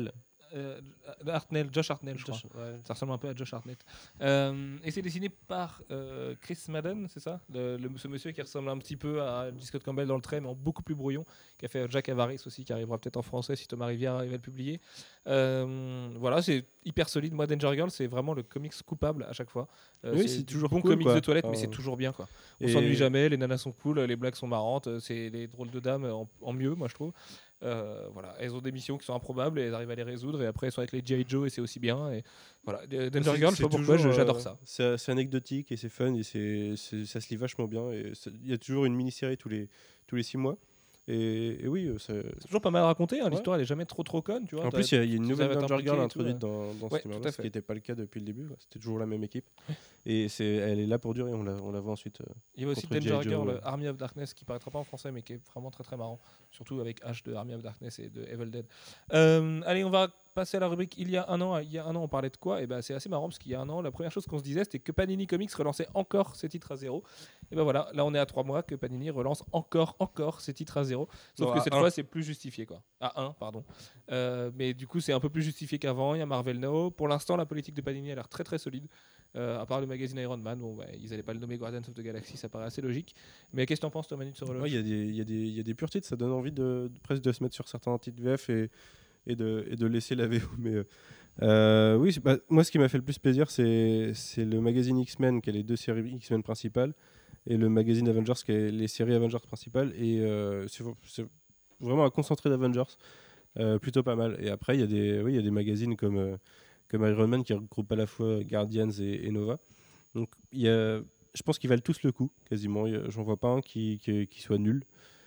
Josh Hartnell, je crois. Ouais. Ça ressemble un peu à Josh Hartnett. Et c'est dessiné par Chris Madden, c'est ça ce monsieur qui ressemble un petit peu à J. Scott Campbell dans le trait, mais en beaucoup plus brouillon, qui a fait Jack Avaris aussi, qui arrivera peut-être en français si Thomas Rivière arrive à le publier. Voilà, c'est hyper solide. Moi, Danger Girl, c'est vraiment le comics coupable à chaque fois. Oui, c'est toujours bon cool, comics quoi. de toilette, mais Enfin, c'est toujours bien, quoi. On et- s'ennuie jamais, les nanas sont cool, les blagues sont marrantes, c'est les drôles de dames en mieux, moi je trouve. Voilà, elles ont des missions qui sont improbables et elles arrivent à les résoudre, et après elles sont avec les G.I. Joe et c'est aussi bien. Et voilà, Danger Girl, je sais pas pourquoi, j'adore ça. C'est anecdotique et c'est fun et ça se lit vachement bien. Il y a toujours une mini-série tous les 6 mois. Et oui, C'est toujours pas mal raconté, hein, l'histoire elle est jamais trop conne, tu vois. en plus, il y a une nouvelle va Danger t'impliquer Girl et tout, introduite dans Ouais, ce numéro, tout à ce fait. qui n'était pas le cas depuis le début. C'était toujours la même équipe. Et elle est là pour durer, on la voit ensuite. Il y a aussi contre Danger G.I. Girl, Joe. Army of Darkness, qui paraîtra pas en français, mais qui est vraiment très très marrant. Surtout avec H de Army of Darkness et de Evil Dead. Allez, on va passer à la rubrique Il y a un an, on parlait de quoi? Et ben c'est assez marrant parce qu'il y a un an, la première chose qu'on se disait, c'était que Panini Comics relançait encore ses titres à zéro. Et ben voilà, là on est à 3 mois que Panini relance encore ses titres à zéro. Sauf Non, que à cette 1. fois, c'est plus justifié, quoi. À 1, pardon. Mais du coup, c'est un peu plus justifié qu'avant. Il y a Marvel Now. Pour l'instant, la politique de Panini a l'air très très solide. À part le magazine Iron Man, bon, ils n'allaient pas le nommer Guardians of the Galaxy, ça paraît assez logique. Mais qu'est-ce que t'en penses, toi, Manu, de ce relaunch? Ouais, il y a des purs titres, ça donne envie presque de se mettre sur certains titres VF et de laisser la VO. Mais oui, moi, ce qui m'a fait le plus plaisir, c'est le magazine X-Men, qui a les 2 séries X-Men principales, et le magazine Avengers, qui a les séries Avengers principales. Et c'est vraiment un concentré d'Avengers, plutôt pas mal. Et après, il y a des magazines comme Iron Man, qui regroupe à la fois Guardians et Nova. Donc, je pense qu'ils valent tous le coup, quasiment. J'en vois pas un qui soit nul.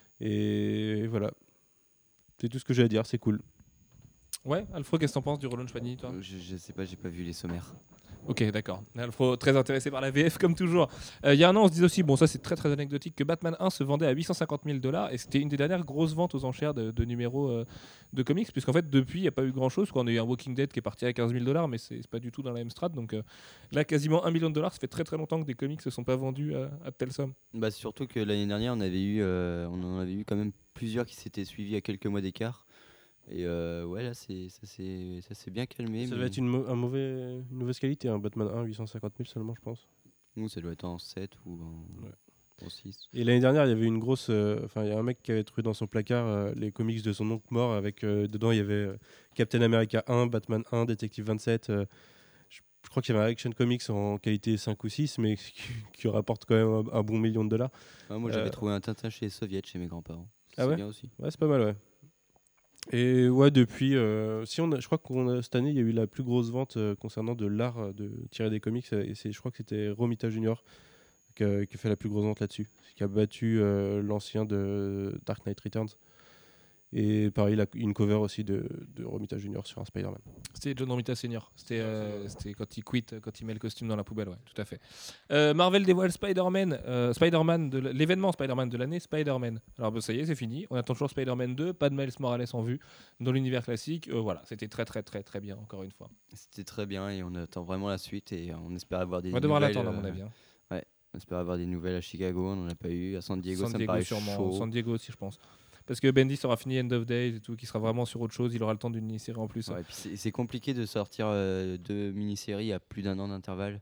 Et voilà. C'est tout ce que j'ai à dire, c'est cool. Ouais, Alfro, qu'est-ce que t'en penses du relaunch Panini, toi? Je sais pas, j'ai pas vu les sommaires. Ok, d'accord. Alfro, très intéressé par la VF comme toujours. Il y a un an, on se disait aussi, bon, ça c'est très très anecdotique, que Batman 1 se vendait à 850 000 $ et c'était une des dernières grosses ventes aux enchères de numéros de comics, puisqu'en fait, depuis, il n'y a pas eu grand chose. On a eu un Walking Dead qui est parti à 15 000 $, mais c'est pas du tout dans la même strate. Donc là, quasiment 1 million de $, ça fait très très longtemps que des comics ne se sont pas vendus à telle somme. Bah, surtout que l'année dernière, on en avait eu quand même plusieurs qui s'étaient suivis à quelques mois d'écart. Et ouais, là, ça s'est bien calmé. Ça mais doit être une mauvaise qualité, un Batman 1, 850 000 seulement, je pense. nous, ça doit être en 7 ou en 6. Et l'année dernière, il y avait une grosse. Il y a un mec qui avait trouvé dans son placard les comics de son oncle mort, avec dedans, il y avait Captain America 1, Batman 1, Détective 27. Je crois qu'il y avait un Action Comics en qualité 5 ou 6, mais qui rapporte quand même un bon million de $. Moi, j'avais trouvé un Tintin chez les Soviets, chez mes grands-parents. Ah C'est ouais bien aussi. Ouais, c'est pas mal, ouais. Et ouais, depuis, je crois que cette année, il y a eu la plus grosse vente concernant de l'art de tirer des comics, et je crois que c'était Romita Junior qui a fait la plus grosse vente là-dessus, qui a battu l'ancien de Dark Knight Returns. Et pareil, une cover aussi de Romita Junior sur un Spider-Man. C'était John Romita Senior. C'était quand il quitte, quand il met le costume dans la poubelle, ouais, tout à fait. Marvel dévoile Spider-Man, l'événement Spider-Man de l'année, Spider-Man. Alors ça y est, c'est fini. On attend toujours Spider-Man 2, pas de Miles Morales en vue dans l'univers classique. Voilà, c'était très très très très bien, encore une fois. C'était très bien et on attend vraiment la suite et on espère avoir des On va nouvelles. devoir l'attendre, à mon avis. Hein. On espère avoir des nouvelles à Chicago, on n'en a pas eu. À San Diego, San ça me Diego paraît sûrement, chaud. San Diego aussi, je pense. Parce que Bendis aura fini End of Days et tout, qui sera vraiment sur autre chose. Il aura le temps d'une mini-série en plus. Ouais, et puis c'est compliqué de sortir 2 mini-séries à plus d'1 an d'intervalle.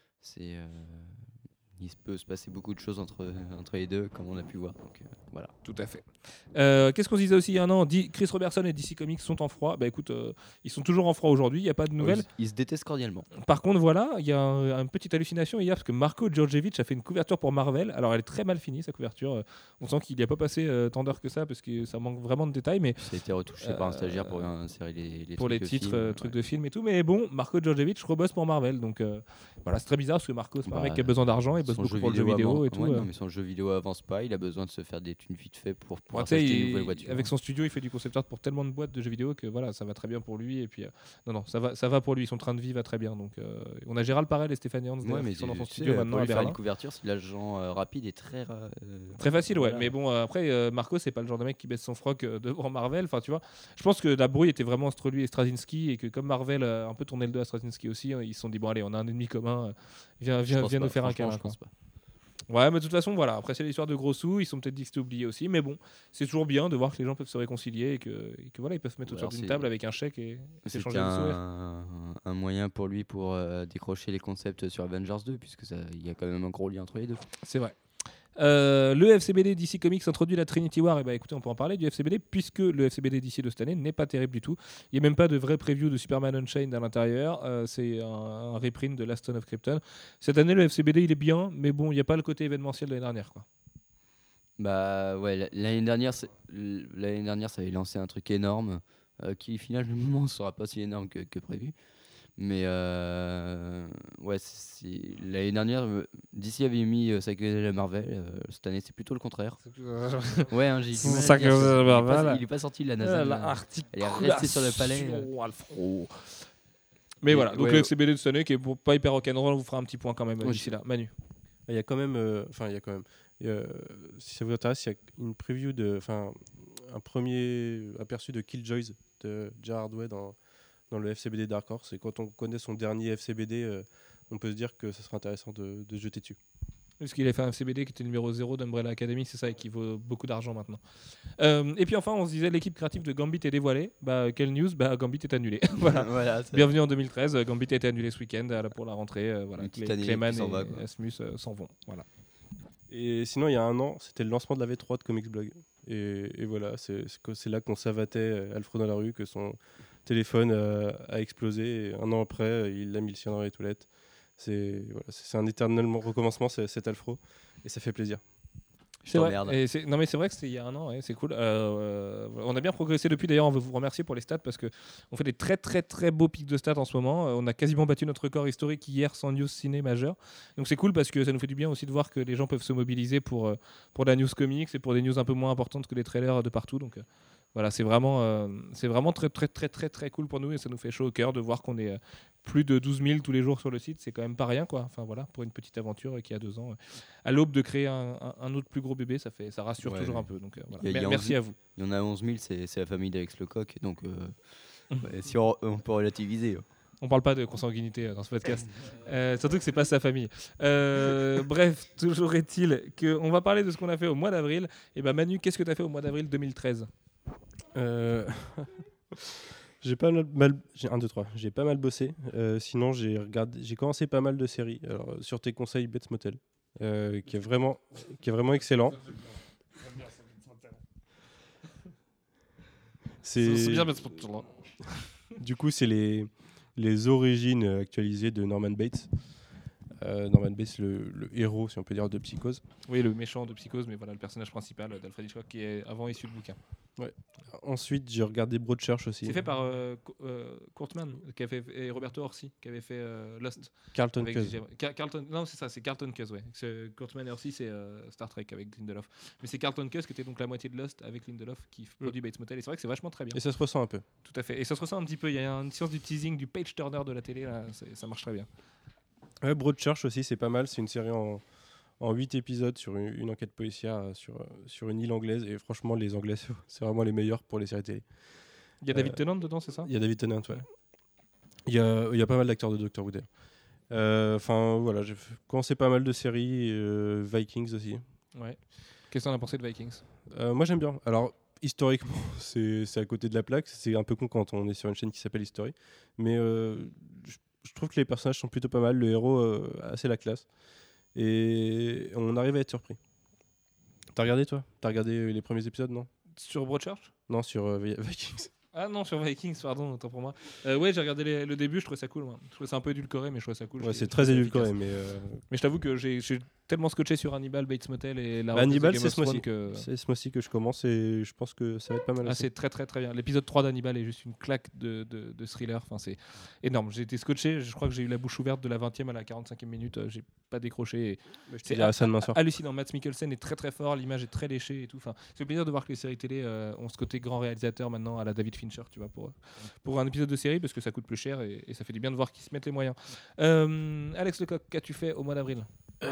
Il peut se passer beaucoup de choses entre les deux, comme on a pu voir. Donc, voilà. Tout à fait. Qu'est-ce qu'on se disait aussi il y a un an? Chris Robertson et DC Comics sont en froid. Bah écoute, ils sont toujours en froid aujourd'hui, il n'y a pas de nouvelles. Ils se détestent cordialement. Par contre, voilà, il y a une petite hallucination hier parce que Marco Djordjevic a fait une couverture pour Marvel. Alors, elle est très mal finie, sa couverture. On sent qu'il n'y a pas passé tant d'heures que ça parce que ça manque vraiment de détails. Mais Ça a été retouché par un stagiaire pour insérer les pour les trucs de titres, film, trucs ouais. de films et tout. Mais bon, Marco Djordjevic rebosse pour Marvel. Donc voilà, c'est très bizarre parce que Marco, c'est pas un mec qui a besoin d'argent, il bosse Son beaucoup pour le jeu vidéo et tout. Ouais, non, mais son jeu vidéo avance pas, il a besoin de se faire des thunes vite fait pour Ouais, tu sais, acheter une nouvelle voiture. avec son studio, il fait du concept art pour tellement de boîtes de jeux vidéo que voilà, ça va très bien pour lui. Et puis, non, ça va pour lui. Son train de vie va très bien. Donc, on a Gérald Parel et Stéphane Ernst Ouais, mais qui sont dans son tu sais, studio maintenant pour à lui faire Berlin. une couverture, si l'agent rapide est très Très facile, ouais. voilà. Mais bon, après, Marco, c'est pas le genre de mec qui baisse son froc devant Marvel. Enfin, tu vois, je pense que la brouille était vraiment entre lui et Straczynski et que comme Marvel a un peu tourné le dos à Straczynski aussi, ils se sont dit bon, allez, on a un ennemi commun. Viens nous faire un câlin. Je pense pas. Ouais, mais de toute façon, voilà. Après, c'est l'histoire de gros sous. Ils sont peut-être dit que c'était oublié aussi. Mais bon, c'est toujours bien de voir que les gens peuvent se réconcilier et que voilà, ils peuvent se mettre Ouais, autour alors d'une c'est- table avec un chèque et C'était s'échanger le sourire. un moyen pour lui pour décrocher les concepts sur Avengers 2, puisque il y a quand même un gros lien entre les deux. C'est vrai. Le FCBD DC Comics introduit la Trinity War. Et bah écoutez, on peut en parler du FCBD puisque le FCBD DC de cette année n'est pas terrible du tout. Il n'y a même pas de vrai preview de Superman Unchained à l'intérieur. C'est un reprint de Last Son of Krypton. Cette année, le FCBD il est bien, mais bon, il n'y a pas le côté événementiel de l'année dernière, quoi. Bah ouais, l'année dernière, ça avait lancé un truc énorme qui finalement ne sera pas si énorme que prévu. Mais ouais, l'année dernière, DC avait mis Psychedelic Marvel. Cette année, c'est plutôt le contraire. Ouais, hein, j'ai du mal à Psychedelic dire ça. Marvel. Il est pas sorti de la NASA. Elle est restée sur le palais. Mais Et voilà, donc ouais, le FCBD de cette année qui est pas hyper rock'n'roll, on vous fera un petit point quand même Ouais, d'ici là. Manu. Il y a quand même, si ça vous intéresse, il y a une preview un premier aperçu de Killjoys de Gerard Way dans le FCBD Dark Horse. Et quand on connaît son dernier FCBD, on peut se dire que ce serait intéressant de se jeter dessus. Parce qu'il a fait un FCBD qui était le numéro 0 d'Umbrella Academy, c'est ça, et qui vaut beaucoup d'argent maintenant. Et puis enfin, on se disait l'équipe créative de Gambit est dévoilée. Bah, quelle news? Bah, Gambit est annulé. Voilà. voilà, Bienvenue en 2013. Gambit a été annulé ce week-end pour la rentrée. Voilà. Une petite année Clayman qui s'en va, et quoi. Asmus s'en vont. Voilà. Et sinon, il y a un an, c'était le lancement de la V3 de Comics Blog. Et voilà, c'est là qu'on savatait Alfred dans la rue, que son téléphone a explosé. Et un an après, il l'a mis le sien dans les toilettes. C'est un éternel recommencement, cet Alfro. Et ça fait plaisir. C'est vrai. t'emmerde. Non mais c'est vrai que c'était il y a un an, ouais, c'est cool. On a bien progressé depuis. D'ailleurs, on veut vous remercier pour les stats parce que on fait des très très très beaux pics de stats en ce moment. On a quasiment battu notre record historique hier sans news ciné majeur. Donc c'est cool parce que ça nous fait du bien aussi de voir que les gens peuvent se mobiliser pour la news comics et pour des news un peu moins importantes que les trailers de partout. Donc voilà, c'est vraiment très très très très très cool pour nous et ça nous fait chaud au cœur de voir qu'on est plus de 12 000 tous les jours sur le site. C'est quand même pas rien, quoi. Enfin voilà, pour une petite aventure qui a 2 ans. À l'aube de créer un autre plus gros bébé, ça rassure Ouais, toujours ouais. un peu. Donc voilà. Il y a Merci à vous. Il y en a 11 000, c'est la famille d'Alex Lecoq. Donc, ouais, si on peut relativiser. On parle pas de consanguinité dans ce podcast. Surtout que c'est pas sa famille. Bref, toujours est-il qu'on va parler de ce qu'on a fait au mois d'avril. Et ben Manu, qu'est-ce que tu as fait au mois d'avril 2013? J'ai pas mal bossé. Sinon, j'ai commencé pas mal de séries. Alors, sur tes conseils, Bates Motel, qui est vraiment excellent. Du coup, c'est les origines actualisées de Norman Bates. Norman Bates, le héros, si on peut dire, de Psychose. Oui, le méchant de Psychose, mais voilà le personnage principal d'Alfred Hitchcock qui est avant issu de bouquin. Ensuite, j'ai regardé Broadchurch aussi. C'est fait par Kurtzman qui a fait, et Roberto Orsi qui avait fait Lost. Carlton Avec Cuse. non, c'est ça, c'est Carlton Cuse, ouais. Kurtzman et Orsi, c'est Star Trek avec Lindelof. Mais c'est Carlton Cuse qui était donc la moitié de Lost avec Lindelof qui produit Bates Motel. Et c'est vrai que c'est vachement très bien. Et ça se ressent un peu. Tout à fait. Et ça se ressent un petit peu. Il y a une séance du teasing du page turner de la télé, là. Ça marche très bien. Ouais, Broadchurch aussi, c'est pas mal. C'est une série en 8 épisodes sur une enquête policière sur une île anglaise. Et franchement, les Anglais, c'est vraiment les meilleurs pour les séries télé. Il y a David Tennant dedans, c'est ça? Il y a David Tennant, ouais. Il y a pas mal d'acteurs de Dr. Who. Enfin, voilà, j'ai commencé pas mal de séries. Vikings aussi. Ouais. Qu'est-ce que t'en as pensé de Vikings? Moi, j'aime bien. Alors, historiquement, c'est à côté de la plaque. C'est un peu con quand on est sur une chaîne qui s'appelle History. Mais je trouve que les personnages sont plutôt pas mal. Le héros a assez la classe. Et on arrive à être surpris. T'as regardé, toi? T'as regardé les premiers épisodes, non? Sur Broadchurch? Non, sur Vikings. Ah non, sur Vikings, pardon, autant pour moi. Ouais, j'ai regardé le début, je trouvais ça cool. Moi. Je trouvais ça un peu édulcoré, mais je trouvais ça cool. Ouais, c'est très édulcoré, mais je t'avoue que j'ai tellement scotché sur Hannibal, Bates Motel et la Hannibal, de c'est ce mois-ci. que... C'est ce mois-ci que je commence et je pense que ça va être pas mal. Ah, aussi. c'est très très très bien. L'épisode 3 d'Hannibal est juste une claque de thriller. Enfin, c'est énorme. J'ai été scotché. Je crois que j'ai eu la bouche ouverte de la 20e à la 45e minute. J'ai pas décroché. Et C'est ça demain soir. hallucinant. Mads Mikkelsen est très très fort. L'image est très léchée et tout. Enfin, c'est plaisir de voir que les séries télé ont ce côté grand réalisateur maintenant à la David Fincher, tu vois, pour un épisode de série parce que ça coûte plus cher et ça fait du bien de voir qu'ils se mettent les moyens. Alex Lecoq, qu'as-tu fait au mois d'avril?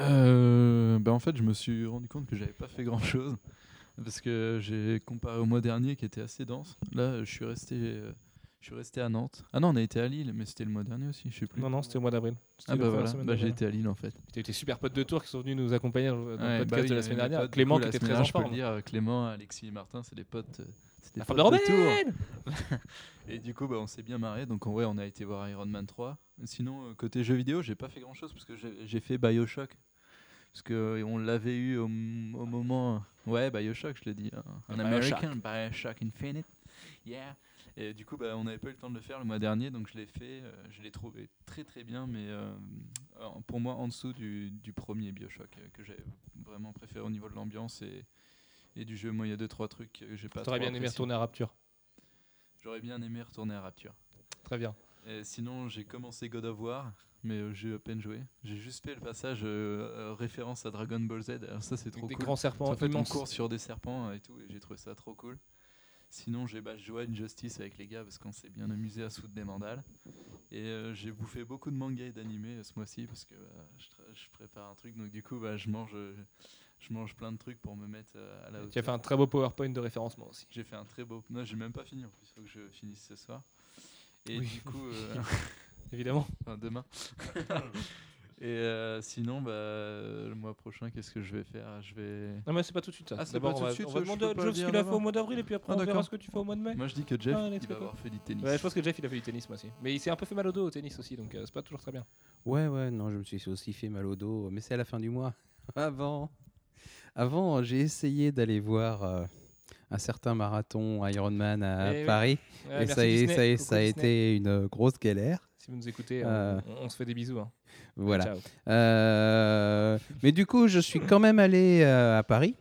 En fait, je me suis rendu compte que j'avais pas fait grand chose parce que j'ai comparé au mois dernier qui était assez dense. Là, je suis resté Je suis resté à Nantes. Ah non, on a été à Lille, mais c'était le mois dernier aussi, je sais plus. Non, c'était au mois d'avril. C'était Ah la bah première voilà, semaine bah, j'ai d'avril. été à Lille en fait. T'as eu tes super potes de Tours qui sont venus nous accompagner dans le Ouais, podcast bah oui, de la il y semaine avait mes dernière. potes, du Clément coup, qui la était semaine très en dernière, je peux le forme. dire, Clément, Alexis et Martin, c'est des potes. C'est des La potes femme de de Tours. Robin. Et du coup, bah, on s'est bien marré. Donc, ouais, on a été voir Iron Man 3. Sinon, côté jeux vidéo, j'ai pas fait grand chose parce que j'ai fait Bioshock. Parce qu'on l'avait eu au moment. Ouais, Bioshock, je l'ai dit. Un American, Bioshock Infinite. Yeah. Et du coup, bah, on n'avait pas eu le temps de le faire le mois dernier. Donc, je l'ai fait. Je l'ai trouvé très très bien. Mais pour moi, en dessous du premier Bioshock que j'ai vraiment préféré au niveau de l'ambiance et du jeu. Moi, il y a 2-3 trucs que j'ai pas T'aurais trop bien aimé apprécié. retourner à Rapture. J'aurais bien aimé retourner à Rapture. Très bien. Et sinon, j'ai commencé God of War, mais j'ai à peine joué. J'ai juste fait le passage référence à Dragon Ball Z. Alors ça, c'est trop Des cool. grands serpents En fait, on immenses. court sur des serpents et tout, et j'ai trouvé ça trop cool. Sinon, j'ai joué à Injustice avec les gars parce qu'on s'est bien amusé à soudre des mandales. Et j'ai bouffé beaucoup de mangas et d'animés ce mois-ci parce que je prépare un truc. Donc du coup, je mange plein de trucs pour me mettre à la hauteur. Tu as fait un très beau PowerPoint de référencement aussi. J'ai fait un très beau... Non, j'ai même pas fini en plus, il faut que je finisse ce soir. Et Oui. du coup... Évidemment. Enfin, demain. Et sinon, le mois prochain, qu'est-ce que je vais faire? Non, mais c'est pas tout de suite ça. Ah, c'est D'abord, pas tout de suite, on ça, va je demander peux à pas Jeff le ce dire qu'il a fait d'abord. au mois d'avril et puis après Ah, on verra d'accord. ce que tu fais au mois de mai. Moi, je dis que Jeff, Ah, il let's va go. avoir fait du tennis. Ouais, je pense que Jeff il a fait du tennis moi aussi. Mais il s'est un peu fait mal au dos au tennis aussi, donc c'est pas toujours très bien. Ouais, non, je me suis aussi fait mal au dos, mais c'est à la fin du mois. Avant, j'ai essayé d'aller voir un certain marathon Ironman à Eh oui. Paris, Ouais, et merci ça, Disney. ça a Coucou Disney. été une grosse galère. Si vous nous écoutez, Euh, on se fait des bisous. Hein. Voilà. Ciao. Mais du coup, je suis quand même allé à Paris.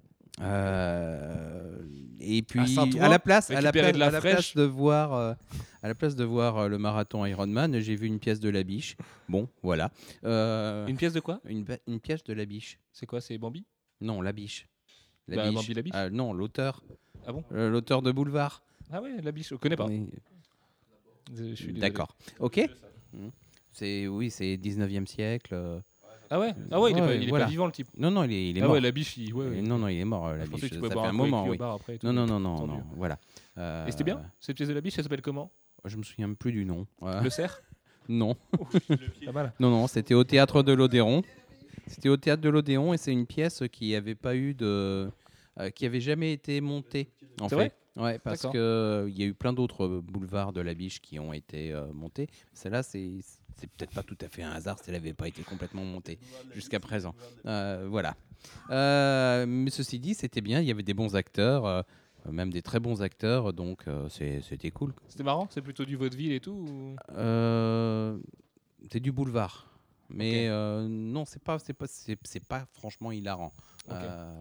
Et puis Saint-Ouen, à la place, récupérer de la à la fraîche. place de voir, le marathon Ironman, j'ai vu une pièce de La Biche. Bon, voilà. Une pièce de quoi? Une pièce de La Biche. C'est quoi? C'est Bambi? Non, La Biche. Bah, Bambi la Biche. Ah, non, l'auteur. Ah bon? L'auteur de Boulevard. Ah ouais, la biche, je connais pas. Oui. Je suis désolé. D'accord. Ok. C'est 19e siècle. Ah ouais? Ah ouais, il est voilà. pas vivant le type. Non, il est Ah mort. ouais, la biche, ouais. Non, il est mort. Je La pensais Biche. que tu Ça pouvais fait boire un un coup avec moment, lui au oui. bar après et tout. Non, Tant mieux. voilà. Et c'était bien? Cette pièce de la biche, elle s'appelle comment? Je me souviens plus du nom. Le cerf? Non. Pas mal. Non, c'était au théâtre de l'Odéon. C'était au théâtre de l'Odéon et c'est une pièce qui avait pas eu de, qui avait jamais été montée. En C'est fait. vrai? Ouais, parce D'accord. que il y a eu plein d'autres boulevards de la Biche qui ont été montés. Celle-là, c'est peut-être pas tout à fait un hasard si elle n'avait pas été complètement montée jusqu'à présent. Voilà. Mais ceci dit, c'était bien. Il y avait des bons acteurs, même des très bons acteurs, donc c'était cool. C'était marrant? C'est plutôt du vaudeville et tout ou... C'est du boulevard. Mais non, c'est pas franchement hilarant. Ok.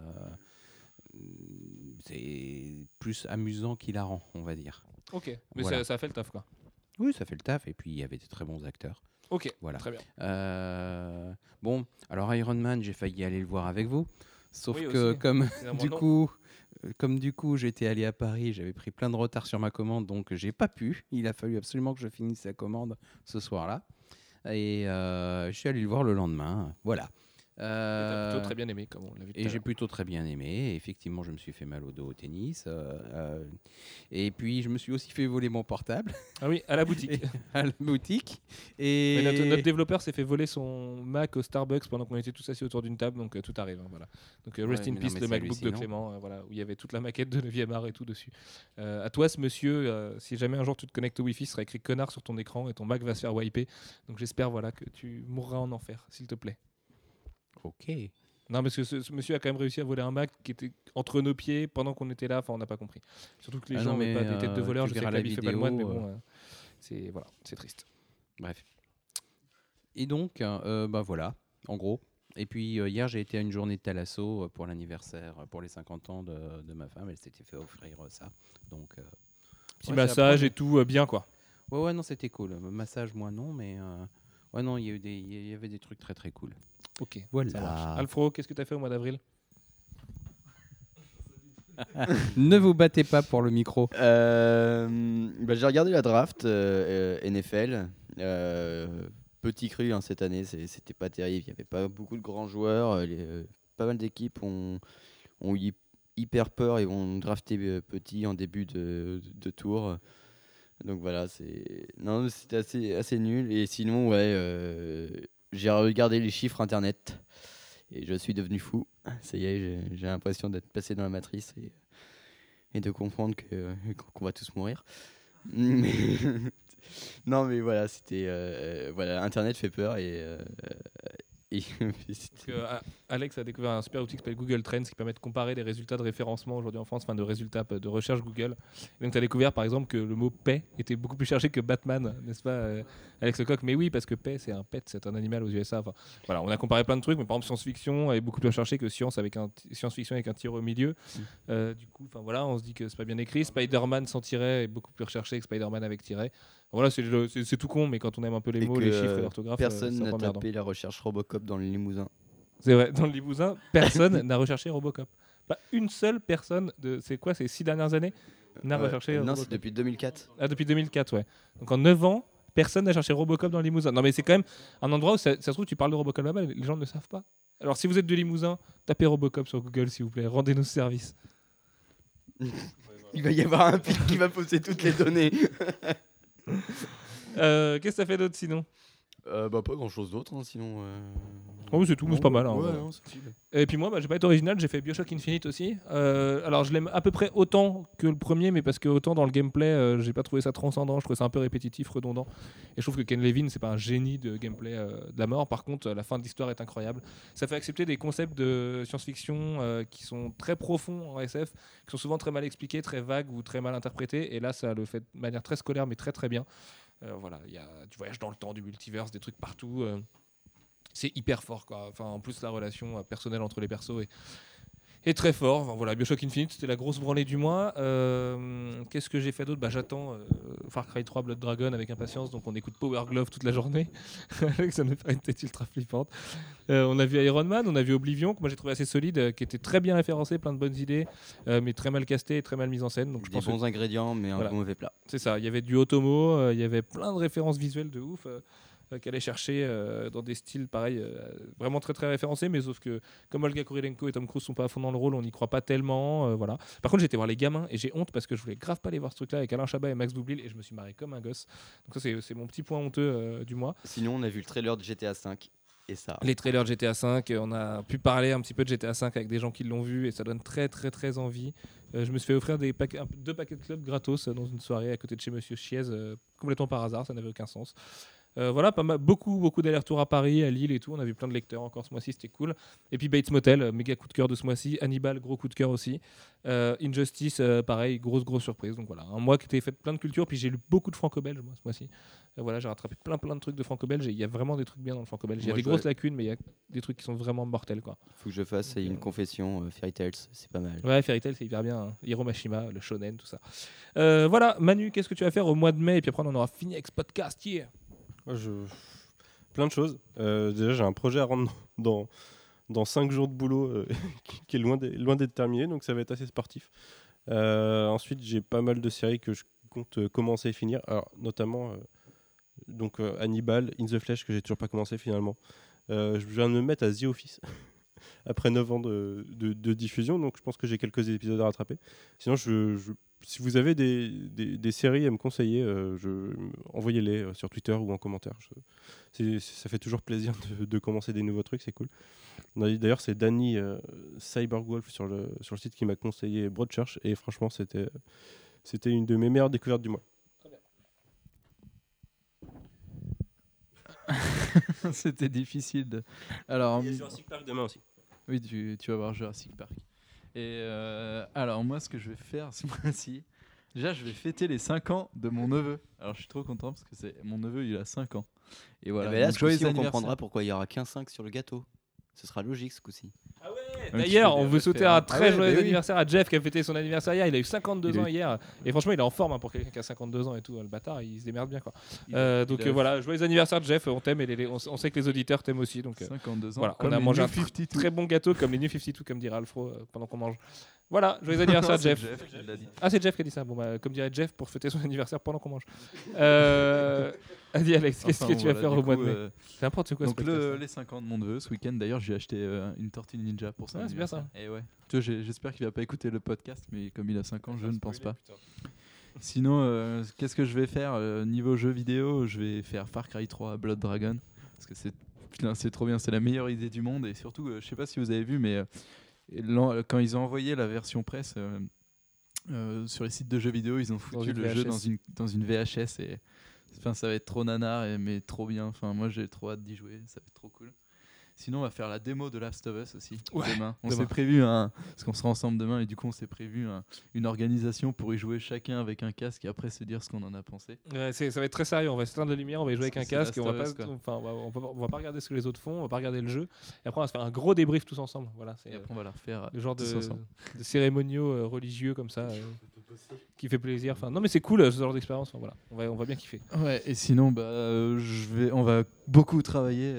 C'est plus amusant qu'hilarant, on va dire. Ok, mais Voilà. ça a fait le taf quoi. Oui, ça fait le taf. Et puis, il y avait des très bons acteurs. Ok, Voilà. très bien. Bon, alors Iron Man, j'ai failli aller le voir avec vous. Sauf Oui, que aussi. comme Finalement, non. du coup, j'étais allé à Paris, j'avais pris plein de retard sur ma commande, donc j'ai pas pu. Il a fallu absolument que je finisse la commande ce soir-là. Et je suis allé le voir le lendemain. Voilà. T'as plutôt très bien aimé, comme on l'a vu tout à Et j'ai l'heure. plutôt très bien aimé. Effectivement, je me suis fait mal au dos au tennis. Et puis, je me suis aussi fait voler mon portable Ah oui, à la boutique. à la boutique. Et Mais notre développeur s'est fait voler son Mac au Starbucks pendant qu'on était tous assis autour d'une table, donc tout arrive. Hein, voilà. Donc rest Ouais, in mais non, peace mais le c'est MacBook de hallucinant. Clément, voilà, où il y avait toute la maquette de 9e art et tout dessus. À toi, ce monsieur, si jamais un jour tu te connectes au Wi-Fi, il sera écrit connard sur ton écran et ton Mac va se faire wiper. Donc j'espère voilà, que tu mourras en enfer, s'il te plaît. Ok. Non, parce que ce monsieur a quand même réussi à voler un Mac qui était entre nos pieds pendant qu'on était là. Enfin, on n'a pas compris. Surtout que les Ah gens non, n'avaient mais, pas des têtes de voleurs. tu Je sais que verras la la vie fait pas le moine, mais vidéo, bon, c'est triste. Bref. Et donc, voilà, en gros. Et puis, hier, j'ai été à une journée de Thalasso pour l'anniversaire, pour les 50 ans de ma femme. Elle s'était fait offrir ça. Donc, Petit ouais, massage c'est et tout, bien quoi. ouais, non, c'était cool. Massage, moi, non, mais... ouais, non, il y avait des trucs très, très cool. Ok. Voilà. Ça marche. Alfro, qu'est-ce que tu as fait au mois d'avril? Ne vous battez pas pour le micro. J'ai regardé la draft NFL. Petit cru hein, cette année, c'était pas terrible. Il n'y avait pas beaucoup de grands joueurs. Pas mal d'équipes ont eu hyper peur et ont drafté petit en début de tour. Donc voilà, non, c'était assez nul. Et sinon, ouais, j'ai regardé les chiffres internet et je suis devenu fou. Ça y est, j'ai l'impression d'être passé dans la matrice et de comprendre qu'on va tous mourir. Mais non, mais voilà, voilà, internet fait peur et Parce que, Alex a découvert un super outil qui s'appelle Google Trends qui permet de comparer les résultats de référencement aujourd'hui en France, enfin de résultats de recherche Google. Et donc tu as découvert par exemple que le mot paix était beaucoup plus cherché que Batman, n'est-ce pas Alex Lecoq? Mais oui, parce que paix c'est un pet, c'est un animal aux USA. Enfin, voilà, on a comparé plein de trucs, mais par exemple science-fiction est beaucoup plus recherché que science-fiction avec un tiré au milieu. Du coup, enfin voilà, on se dit que c'est pas bien écrit. Spider-Man sans tiret est beaucoup plus recherché que Spider-Man avec tiret. Voilà, c'est tout con, mais quand on aime un peu les mots, les chiffres et l'orthographe, personne c'est n'a pas emmerdant. tapé la recherche Robocop dans le Limousin. C'est vrai, dans le Limousin, personne n'a recherché Robocop. Pas une seule personne c'est quoi, ces 6 dernières années n'a recherché Non, Robocop. c'est depuis 2004. Ah, depuis 2004, ouais. Donc en 9 ans, personne n'a cherché Robocop dans le Limousin. Non, mais c'est quand même un endroit où ça se trouve, tu parles de Robocop là-bas, les gens ne le savent pas. Alors si vous êtes de Limousin, tapez Robocop sur Google, s'il vous plaît. Rendez-nous ce service. Il va y avoir un pic qui va poser toutes les données. Qu'est-ce que ça fait d'autre sinon? Pas grand chose d'autre, hein, sinon. Oh, mais c'est tout, mais c'est pas mal. Hein, ouais, ouais. non, c'est cool. Et puis moi, j'ai pas été original, j'ai fait Bioshock Infinite aussi. Alors je l'aime à peu près autant que le premier, mais parce que autant dans le gameplay, j'ai pas trouvé ça transcendant, je trouvais ça un peu répétitif, redondant. Et je trouve que Ken Levine, c'est pas un génie de gameplay de la mort. Par contre, la fin de l'histoire est incroyable. Ça fait accepter des concepts de science-fiction qui sont très profonds en SF, qui sont souvent très mal expliqués, très vagues ou très mal interprétés. Et là, ça le fait de manière très scolaire, mais très très bien. Voilà, il y a du voyage dans le temps, du multiverse, des trucs partout. C'est hyper fort, quoi. Enfin, en plus, la relation personnelle entre les persos est très fort. Enfin, voilà, Bioshock Infinite, c'était la grosse branlée du mois. Qu'est-ce que j'ai fait d'autre? J'attends Far Cry 3 Blood Dragon avec impatience, donc on écoute Power Glove toute la journée. Ça nous fait une tête ultra flippante. On a vu Iron Man, on a vu Oblivion, que moi j'ai trouvé assez solide, qui était très bien référencé, plein de bonnes idées, mais très mal casté et très mal mise en scène. Donc je Des pense bons ingrédients, mais Voilà. un mauvais plat. c'est ça, il y avait du Otomo, il y avait plein de références visuelles de ouf qu'elle allait chercher dans des styles pareil, vraiment très très référencés, mais sauf que comme Olga Kurilenko et Tom Cruise sont pas à fond dans le rôle, on n'y croit pas tellement. Voilà. Par contre, j'ai été voir Les Gamins et j'ai honte parce que je voulais grave pas aller voir ce truc-là avec Alain Chabat et Max Boublil et je me suis marré comme un gosse. Donc ça c'est mon petit point honteux du mois. Sinon, on a vu le trailer de GTA V et ça. Les trailers de GTA V, on a pu parler un petit peu de GTA V avec des gens qui l'ont vu et ça donne très très très envie. Je me suis fait offrir 2 paquets de clubs gratos dans une soirée à côté de chez Monsieur Chiez, complètement par hasard, ça n'avait aucun sens. Voilà, beaucoup d'allers-retours à Paris, à Lille et tout. On a vu plein de lecteurs encore ce mois-ci, c'était cool. Et puis Bates Motel, méga coup de cœur de ce mois-ci. Hannibal, gros coup de cœur aussi. Injustice, pareil, grosse surprise. Donc voilà, un mois qui était fait de plein de culture. Puis j'ai lu beaucoup de franco-belge moi ce mois-ci. Voilà, j'ai rattrapé plein de trucs de franco-belge. Il y a vraiment des trucs bien dans le franco-belge. Il y a Moi, des je grosses vois- lacunes, mais il y a des trucs qui sont vraiment mortels, quoi. Faut que je fasse une confession. Fairy Tails, c'est pas mal. Ouais, Fairy Tail, c'est hyper bien. Hein. Hiro Mashima, le shonen, tout ça. Voilà, Manu, qu'est-ce que tu vas faire au mois de mai? Et puis après, on en aura fini avec ce podcast hier. Moi, plein de choses. Déjà, j'ai un projet à rendre dans 5 jours de boulot qui est loin d'être terminé, donc ça va être assez sportif. Ensuite, j'ai pas mal de séries que je compte commencer et finir. Alors, notamment Hannibal, In the Flesh, que j'ai toujours pas commencé finalement. Je viens de me mettre à The Office après 9 ans de diffusion, donc je pense que j'ai quelques épisodes à rattraper. Sinon, si vous avez des séries à me conseiller, envoyez-les sur Twitter ou en commentaire. Ça fait toujours plaisir de commencer des nouveaux trucs, c'est cool. D'ailleurs, c'est Danny Cyberwolf sur le site qui m'a conseillé Broadchurch, et franchement, c'était une de mes meilleures découvertes du mois. C'était difficile. Alors, Il y a Jurassic Park demain aussi. oui, tu vas voir Jurassic Park. Et alors, moi, ce que je vais faire ce mois-ci, déjà, je vais fêter les 5 ans de mon neveu. Alors, je suis trop content parce que mon neveu, il a 5 ans. Et voilà. Et ben là, donc, ce coup-ci, joyeux on anniversaire. comprendra pourquoi il y aura qu'un 5 sur le gâteau. Ce sera logique ce coup-ci. Ah ouais, Ouais, d'ailleurs, tu fais on des veut souhaiter un références. très Ah ouais, joyeux mais oui. anniversaire à Jeff qui a fêté son anniversaire hier. Il a eu 52 Il ans est- hier. Et franchement, il est en forme hein, pour quelqu'un qui a 52 ans et tout. Le bâtard, il se démerde bien. Quoi. Il a- Donc il a voilà, joyeux anniversaire Jeff. On t'aime et on sait que les auditeurs t'aiment aussi. Donc 52 ans. voilà, on comme a les mangé un New 52. très bon gâteau comme les New 52, comme dirait Alfro pendant qu'on mange. Voilà, joyeux anniversaire Non, c'est Jeff. qui l'a dit. Ah, c'est Jeff qui a dit ça. Bon, comme dirait Jeff pour fêter son anniversaire pendant qu'on mange. Dis Alex, qu'est-ce Enfin, que tu vas voilà, faire du au mois de coup, mai C'est n'importe quoi. Donc ce podcast. les 5 ans de mon neveu, ce week-end d'ailleurs, j'ai acheté une tortue ninja pour ça. Ah, c'est bien ça. Et ouais. Tu vois, j'espère qu'il va pas écouter le podcast, mais comme il a 5 ans, je ne pense pas. Sinon, qu'est-ce que je vais faire niveau jeu vidéo? Je vais faire Far Cry 3 Blood Dragon. Parce que c'est trop bien, c'est la meilleure idée du monde. Et surtout, je sais pas si vous avez vu, mais quand ils ont envoyé la version presse sur les sites de jeux vidéo, ils ont foutu une le jeu VHS. dans une VHS. Et ça va être trop nanar, mais trop bien. Enfin, moi, j'ai trop hâte d'y jouer. Ça va être trop cool. Sinon, on va faire la démo de Last of Us aussi demain. On s'est prévu parce qu'on sera ensemble demain et du coup, on s'est prévu une organisation pour y jouer chacun avec un casque et après se dire ce qu'on en a pensé. Ouais, ça va être très sérieux. On va éteindre la lumière, on va y jouer avec un Parce que casque c'est et on va Last pas, of Us, enfin, on va pas regarder ce que les autres font, on va pas regarder le jeu. Et après, on va se faire un gros débrief tous ensemble. Voilà, c'est Et après, on va la refaire le genre tous ensemble. de cérémoniaux religieux comme ça qui fait plaisir. Enfin, non, mais c'est cool ce genre d'expérience. Enfin, voilà, on va bien kiffer. Ouais, et sinon, on va beaucoup travailler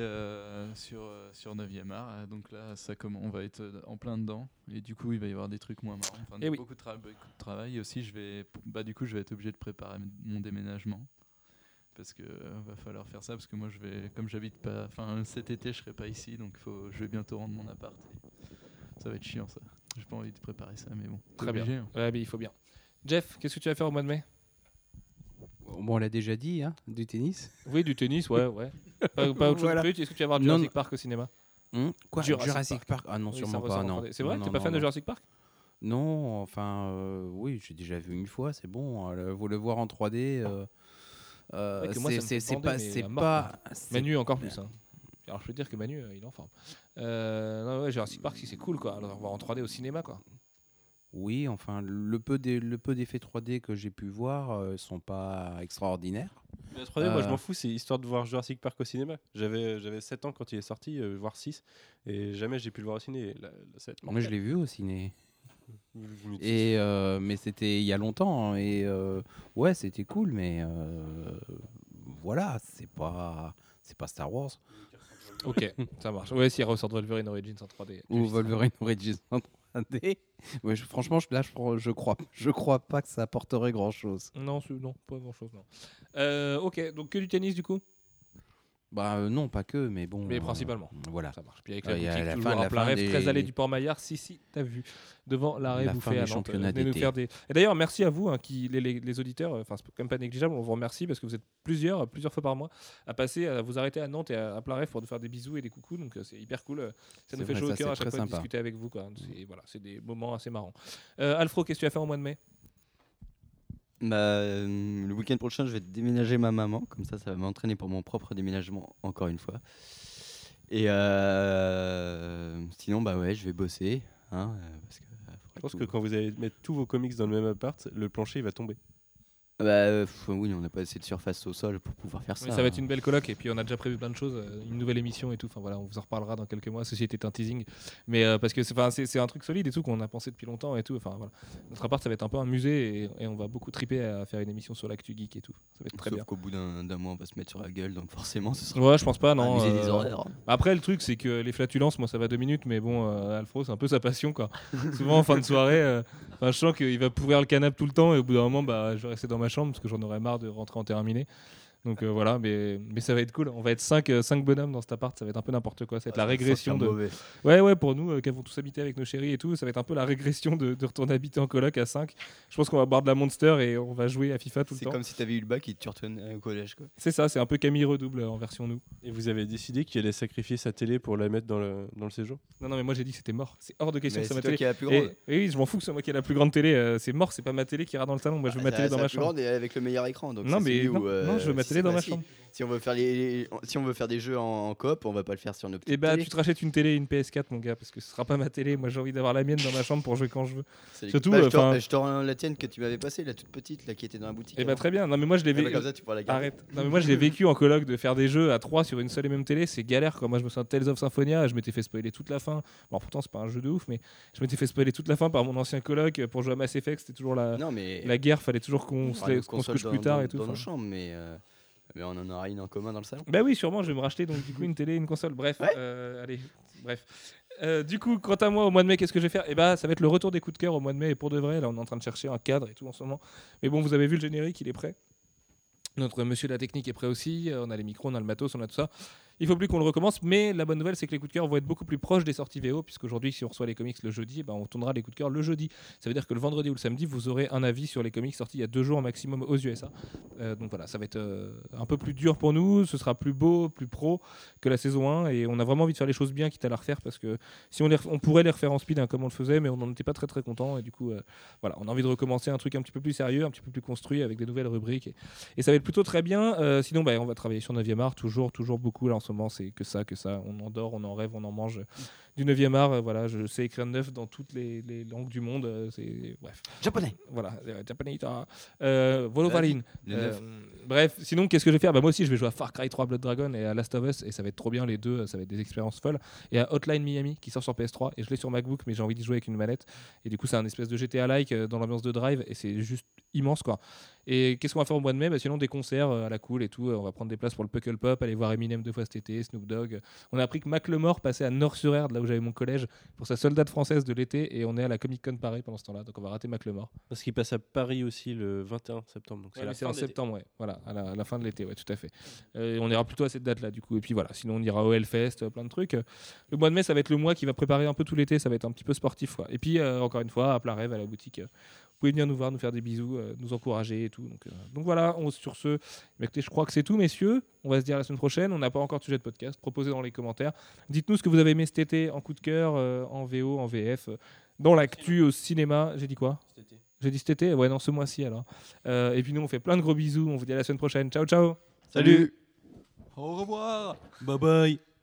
sur 9e art. Donc là, on va être en plein dedans. Et du coup, il va y avoir des trucs moins marrants. Enfin, Et oui. beaucoup de travail. Et aussi, je vais être obligé de préparer mon déménagement. Parce que va falloir faire ça. Parce que moi, comme j'habite pas. Enfin, cet été, je serai pas ici. Donc, je vais bientôt rendre mon appart. Et ça va être chiant, ça. J'ai pas envie de préparer ça, mais bon. Très bien. Obligé, hein. Ouais, mais il faut bien. Jeff, qu'est-ce que tu vas faire au mois de mai? Bon, on l'a déjà dit, hein, du tennis. Oui, du tennis, ouais. Pas autre chose Voilà. de prévu. Est-ce que tu vas voir Non, Jurassic non. Park au cinéma? Quoi, Jurassic Jurassic Park? Ah non, Oui, sûrement ça pas, ressort en non. 3D. C'est vrai, Non, t'es pas non, fan de non. Jurassic Park? Non, enfin, oui, j'ai déjà vu une fois, c'est bon. Vous le voir en 3D. Ouais, que moi, ça me fait c'est bander, pas, mais c'est à mort, pas. c'est- Manu encore plus. Hein. Alors je peux te dire que Manu, il est en forme. Non, ouais, Jurassic Park, si c'est cool, quoi. Alors voir en 3D au cinéma, quoi. Oui, enfin, le peu d'effets 3D que j'ai pu voir sont pas extraordinaires. Mais la 3D, moi je m'en fous, c'est histoire de voir Jurassic Park au cinéma. J'avais 7 ans quand il est sorti, voire 6, et jamais j'ai pu le voir au ciné. Et là, ça va être Moi, je mortel. l'ai vu au ciné. Vous me dites- Et mais c'était il y a longtemps, hein, et ouais, c'était cool, mais voilà, c'est pas Star Wars Ok, ça marche. Ouais, si elle ressort de Wolverine Origins en 3D. ou Wolverine Origins en 3D. Ouais, franchement, je crois pas que ça apporterait grand chose. Non, pas grand chose, non. Ok, donc que du tennis du coup? Bah non, pas que, mais bon. Mais principalement. Voilà. Ça marche. Puis avec la Il y a boutique, la toujours fin- à la plein fin rêve, des- 13 allées du Port-Maillard. Si, t'as vu. Devant l'arrêt La bouffé fin à des Nantes. championnats Venez nous d'été. faire des... Et d'ailleurs, merci à vous, hein, les auditeurs. Enfin, c'est quand même pas négligeable. On vous remercie parce que vous êtes plusieurs fois par mois à passer, à vous arrêter à Nantes et à plein rêve pour nous faire des bisous et des coucous. Donc c'est hyper cool. Ça C'est nous fait vrai, chaud au ça, cœur à c'est chaque très fois de sympa. discuter avec vous, quoi. C'est des moments assez marrants. Alfro, qu'est-ce que tu vas faire au mois de mai? Le week-end prochain, je vais déménager ma maman. Comme ça va m'entraîner pour mon propre déménagement, encore une fois. Et sinon, bah ouais, je vais bosser. Hein, parce que, Je pense que quand vous allez mettre tous vos comics dans le même appart, le plancher il va tomber. oui, on n'a pas assez de surface au sol pour pouvoir faire ça. Oui, ça va être une belle coloc et puis on a déjà prévu plein de choses, une nouvelle émission et tout. Enfin voilà, on vous en reparlera dans quelques mois. Ceci était un teasing, mais parce que c'est un truc solide et tout qu'on a pensé depuis longtemps et tout. Enfin voilà, notre appart ça va être un peu un musée et on va beaucoup triper à faire une émission sur l'actu geek et tout. Ça va être très Sauf bien. qu'au bout d'un mois, on va se mettre sur la gueule, donc forcément, ce sera Ouais, je pense pas, un non. musée des horreurs. Après, le truc, c'est que les flatulences, moi, ça va 2 minutes, mais bon, Alfro, c'est un peu sa passion, quoi. Souvent, en fin de soirée, je sens qu'il va pourrir le canapé tout le temps, et au bout d'un moment, bah, je vais rester dans ma chambre parce que j'en aurais marre de rentrer en terminé. Donc voilà, mais ça va être cool. On va être 5 bonhommes dans cet appart, ça va être un peu n'importe quoi. Ça va être la régression de. Mauvais. Ouais, pour nous qui avons tous habité avec nos chéris et tout, ça va être un peu la régression de retourner habiter en coloc à 5. Je pense qu'on va boire de la Monster et on va jouer à FIFA tout le C'est temps. comme si t'avais eu le bac et tu retournais au collège, quoi. C'est ça, c'est un peu Camille Redouble en version nous. Et vous avez décidé qu'il allait sacrifier sa télé pour la mettre dans le séjour? Non, mais moi j'ai dit que c'était mort. C'est hors de question Mais que ça c'est ma toi télé. qui es la plus grande. Et oui, je m'en fous que ce soit moi qui ai la plus grande télé. C'est mort, c'est pas ma télé qui ira dans le salon. Moi, je veux ma télé dans ma la plus chambre. grande et avec le meilleur écran. Donc Non, c'est mais celui non, où, non, je veux ma si télé c'est- dans ma si. chambre. Si on veut faire des jeux en coop, on va pas le faire sur nos petites Et bah, télés. tu te rachètes une télé et une PS4, mon gars, parce que ce sera pas ma télé. Moi, j'ai envie d'avoir la mienne dans ma chambre pour jouer quand je veux. C'est les- surtout, Bah, enfin- je te rends la tienne que tu m'avais passée, la toute petite, là qui était dans la boutique. Et bah, avant. très bien. Non, mais moi, je l'ai Ah bah, vécu. comme ça, tu pourras la garder. Arrête. Non, mais moi, je l'ai vécu en coloc de faire des jeux à 3 sur une seule et même télé. C'est galère, quoi. Moi, je me souviens de Tales of Symphonia. Je m'étais fait spoiler toute la fin. Bon, pourtant, c'est pas un jeu de ouf, mais je m'étais fait spoiler toute la fin par mon ancien coloc pour jouer à Mass Effect. C'était toujours Non, mais la guerre. Fallait toujours qu'on on aura nos se consoles couche plus tard et tout. dans nos Enfin, chambres, mais on en aura une en commun dans le salon. Bah oui, sûrement, je vais me racheter donc du coup une télé et une console. Bref, Ouais. allez, bref. Du coup, quant à moi, au mois de mai, qu'est-ce que je vais faire? Et bah, ça va être le retour des coups de cœur au mois de mai. Et pour de vrai, là, on est en train de chercher un cadre et tout en ce moment. Mais bon, vous avez vu le générique, il est prêt. Notre monsieur de la technique est prêt aussi. On a les micros, on a le matos, on a tout ça. Il faut plus qu'on le recommence, mais la bonne nouvelle, c'est que les coups de cœur vont être beaucoup plus proches des sorties VO, puisqu'aujourd'hui, si on reçoit les comics le jeudi, on tournera les coups de cœur le jeudi. Ça veut dire que le vendredi ou le samedi, vous aurez un avis sur les comics sortis il y a 2 jours maximum aux USA. Donc voilà, ça va être un peu plus dur pour nous, ce sera plus beau, plus pro que la saison 1, et on a vraiment envie de faire les choses bien, quitte à la refaire, parce que si on pourrait les refaire en speed, comme on le faisait, mais on n'en était pas très très content, et du coup, voilà, on a envie de recommencer un truc un petit peu plus sérieux, un petit peu plus construit, avec des nouvelles rubriques, et ça va être plutôt très bien. Sinon, on va travailler sur 9e art, toujours beaucoup, là en ce moment, c'est que ça, on en dort, on en rêve, on en mange du 9e art. Voilà, je sais écrire 9 dans toutes les langues du monde, bref. Japonais. Voilà, japonais. Volovaline. Le 9. Bref, sinon, qu'est-ce que je vais faire ? Moi aussi, je vais jouer à Far Cry 3 Blood Dragon et à Last of Us, et ça va être trop bien, les deux, ça va être des expériences folles. Et à Hotline Miami, qui sort sur PS3, et je l'ai sur MacBook, mais j'ai envie d'y jouer avec une manette. Et du coup, c'est un espèce de GTA-like dans l'ambiance de Drive, et c'est juste immense, quoi. Et qu'est-ce qu'on va faire au mois de mai ? Sinon, des concerts à la cool et tout. On va prendre des places pour le Puckle Pop, aller voir Eminem 2 fois cet été, Snoop Dogg. On a appris que Macklemore passait à Nord-sur-Erdre, là où j'avais mon collège, pour sa soldate française de l'été, et on est à la Comic Con Paris pendant ce temps-là, donc on va rater Macklemore. Parce qu'il passe à Paris aussi le 21 septembre. Donc Ouais, la c'est fin en de l'été. septembre, ouais. Voilà, à la fin de l'été, ouais, tout à fait. On ira plutôt à cette date-là, du coup. Et puis voilà, sinon on ira au Hellfest, plein de trucs. Le mois de mai, ça va être le mois qui va préparer un peu tout l'été, ça va être un petit peu sportif, quoi. Et puis, encore une fois, à plat rêve, à la boutique. Vous pouvez venir nous voir, nous faire des bisous, nous encourager et tout. Donc voilà, sur ce, écoutez, je crois que c'est tout, messieurs. On va se dire la semaine prochaine. On n'a pas encore de sujet de podcast. Proposez dans les commentaires. Dites-nous ce que vous avez aimé cet été en coup de cœur, en VO, en VF, dans l'actu, au cinéma. J'ai dit quoi ? J'ai dit cet été ? Ouais, non, ce mois-ci alors. Et puis nous, on fait plein de gros bisous. On vous dit à la semaine prochaine. Ciao, ciao. Salut. Au revoir. Bye bye.